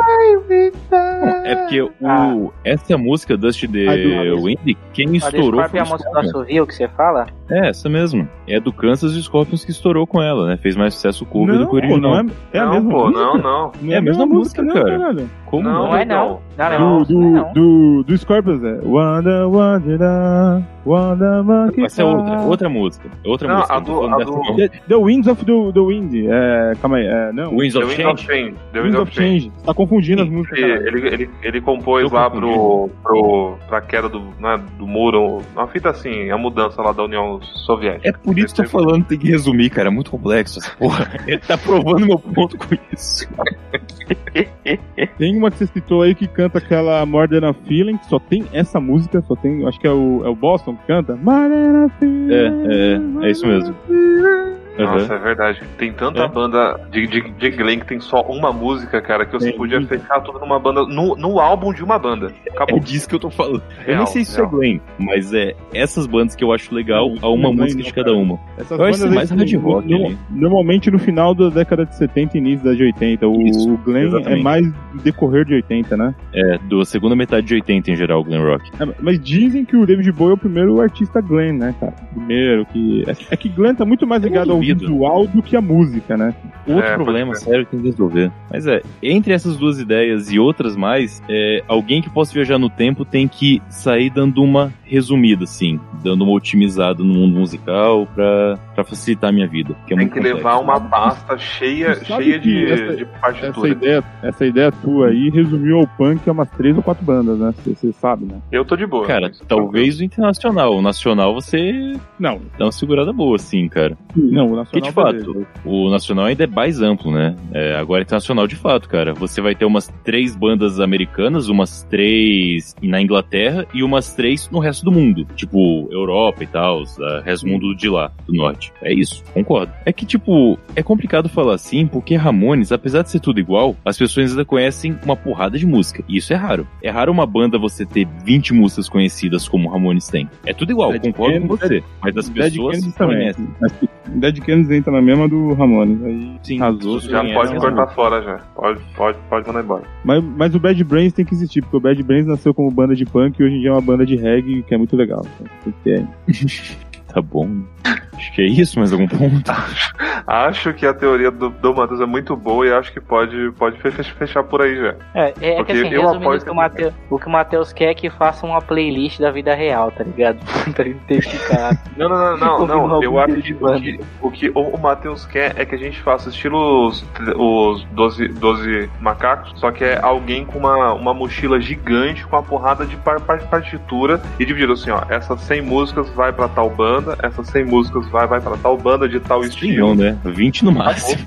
É porque essa música, Dust the Wind, quem estourou foi o Scorpions. A música do Assovio que você fala? É, essa mesmo. É do Kansas e Scorpions que estourou com ela, né? Fez mais sucesso o cover do que o original. Não é a mesma música? Não. É a mesma música, cara. Como não? Não. Do Scorpions é Wanda, essa é outra música. Outra música. The Winds of the Wind. Calma aí. Não. Winds of Change. The Winds of Change. Tá confundindo as músicas. Ele compôs lá pra queda do muro. Uma fita assim, a mudança lá da União Soviética. É por isso que eu tô falando, tem que resumir, cara. É muito complexo essa porra. Ele tá provando meu ponto com isso. Tem uma que você citou aí que canta aquela More Than a Feeling, que só tem essa música, só tem, acho que é o Boston que canta. More Than a Feeling. É isso mesmo. Nossa, é verdade. Tem tanta banda de Glenn que tem só uma música, cara, que você podia fechar tudo numa banda, no álbum de uma banda. Acabou. É disso que eu tô falando. Eu nem sei se isso é Glenn, mas essas bandas que eu acho legal, há uma música de cada uma. Essas eu acho bandas mais hard rock. Normalmente no final da década de 70 e início da de 80. O Glenn exatamente. É mais decorrer de 80, né? Da segunda metade de 80 em geral, o Glenn Rock. Mas dizem que o David Bowie é o primeiro artista Glenn, né, cara? Primeiro, é que Glenn tá muito mais ligado ao visual do que a música, né? Outro problema sério que tem que resolver. Mas entre essas duas ideias e outras mais, alguém que possa viajar no tempo tem que sair dando uma resumida, assim, dando uma otimizada no mundo musical pra facilitar a minha vida. Que é tem muito que complexo. Levar uma pasta cheia de partitura. Essa ideia tua aí resumiu ao punk a umas 3 ou 4 bandas, né? Você sabe, né? Eu tô de boa. Cara, talvez o internacional. O nacional você dá uma segurada boa, assim, cara. Não, o nacional. Porque, de fato, o nacional ainda é mais amplo, né? Agora internacional, de fato, cara. Você vai ter umas 3 bandas americanas, umas 3 na Inglaterra e umas 3 no resto do mundo. Tipo, Europa e tal, o resto do mundo de lá, do norte. É isso, concordo. É que, tipo, é complicado falar assim, porque Ramones, apesar de ser tudo igual, as pessoas ainda conhecem uma porrada de música. E isso é raro. É raro uma banda você ter 20 músicas conhecidas como Ramones tem. É tudo igual, concordo com você. Mas as pessoas conhecem. Dead Kennedys entra na mesma do Ramones. Aí sim, razou. Já pode cortar fora, já. Pode mandar embora. Mas o Bad Brains tem que existir, porque o Bad Brains nasceu como banda de punk e hoje em dia é uma banda de reggae, que é muito legal. Então, tem que ter aí. Tá bom. Acho que é isso, mais algum ponto? Acho que a teoria do Matheus é muito boa e acho que pode fechar por aí já. Porque que assim, resumindo, o que o Matheus quer é que faça uma playlist da vida real, tá ligado? Pra ele ter ficado. Não. Eu acho que o que o Matheus quer é que a gente faça estilo os 12 macacos, só que é alguém com uma mochila gigante com uma porrada de partitura e dividido assim, ó, essas 100 músicas vai pra tal banda, essas 100 músicas vai pra tal banda de tal estilo. Não, né? 20 no máximo.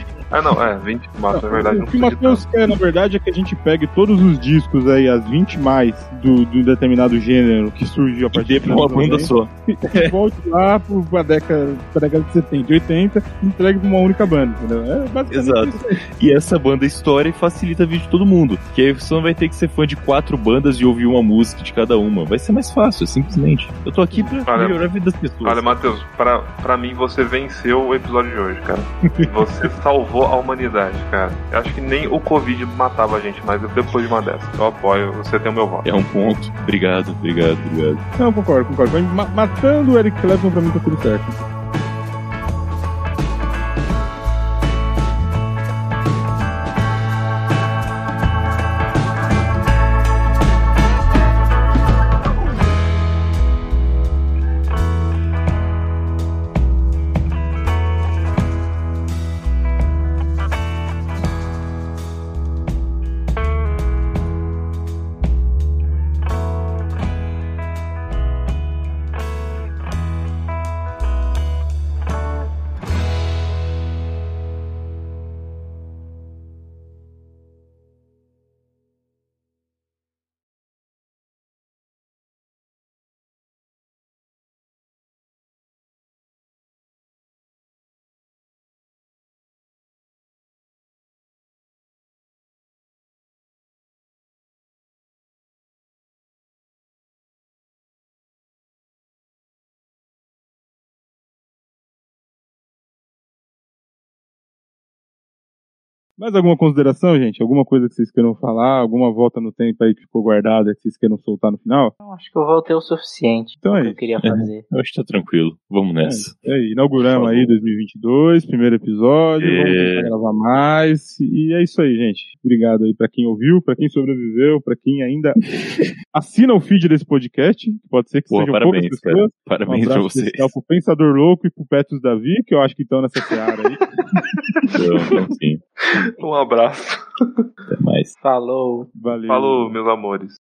20 no máximo, é verdade. O que o Matheus quer, na verdade, é que a gente pegue todos os discos aí, as 20 mais do determinado gênero que surgiu a partir de uma banda só. E volte lá pra década de 70 e 80 e entregue pra uma única banda, entendeu? É basicamente exato. Isso aí. E essa banda história facilita a vida de todo mundo. Porque aí você não vai ter que ser fã de 4 bandas e ouvir uma música de cada uma. Vai ser mais fácil, simplesmente. Eu tô aqui pra melhorar a vida das pessoas. Olha, Matheus, pra mim você venceu o episódio de hoje, cara. Você salvou a humanidade, cara. Eu acho que nem o Covid matava a gente mais depois de uma dessa. Eu apoio, você tem o meu voto. É um ponto. Obrigado. Não, concordo. Matando o Eric Clapton, pra mim tá tudo certo. Mais alguma consideração, gente? Alguma coisa que vocês queiram falar? Alguma volta no tempo aí que ficou guardada que vocês queiram soltar no final? Não, acho que eu voltei o suficiente. Então é que eu queria fazer. Eu acho que tá tranquilo. Vamos nessa. Inauguramos aí 2022, primeiro episódio. Vamos tentar gravar mais. E é isso aí, gente. Obrigado aí pra quem ouviu, pra quem sobreviveu, pra quem ainda assina o feed desse podcast. Pode ser que sejam poucas pessoas. Cara. Parabéns pra vocês. Pro Pensador Louco e pro Petrus Davi, que eu acho que estão nessa seara aí. Então, sim. Um abraço. Até mais. Falou. Valeu. Falou, meus amores.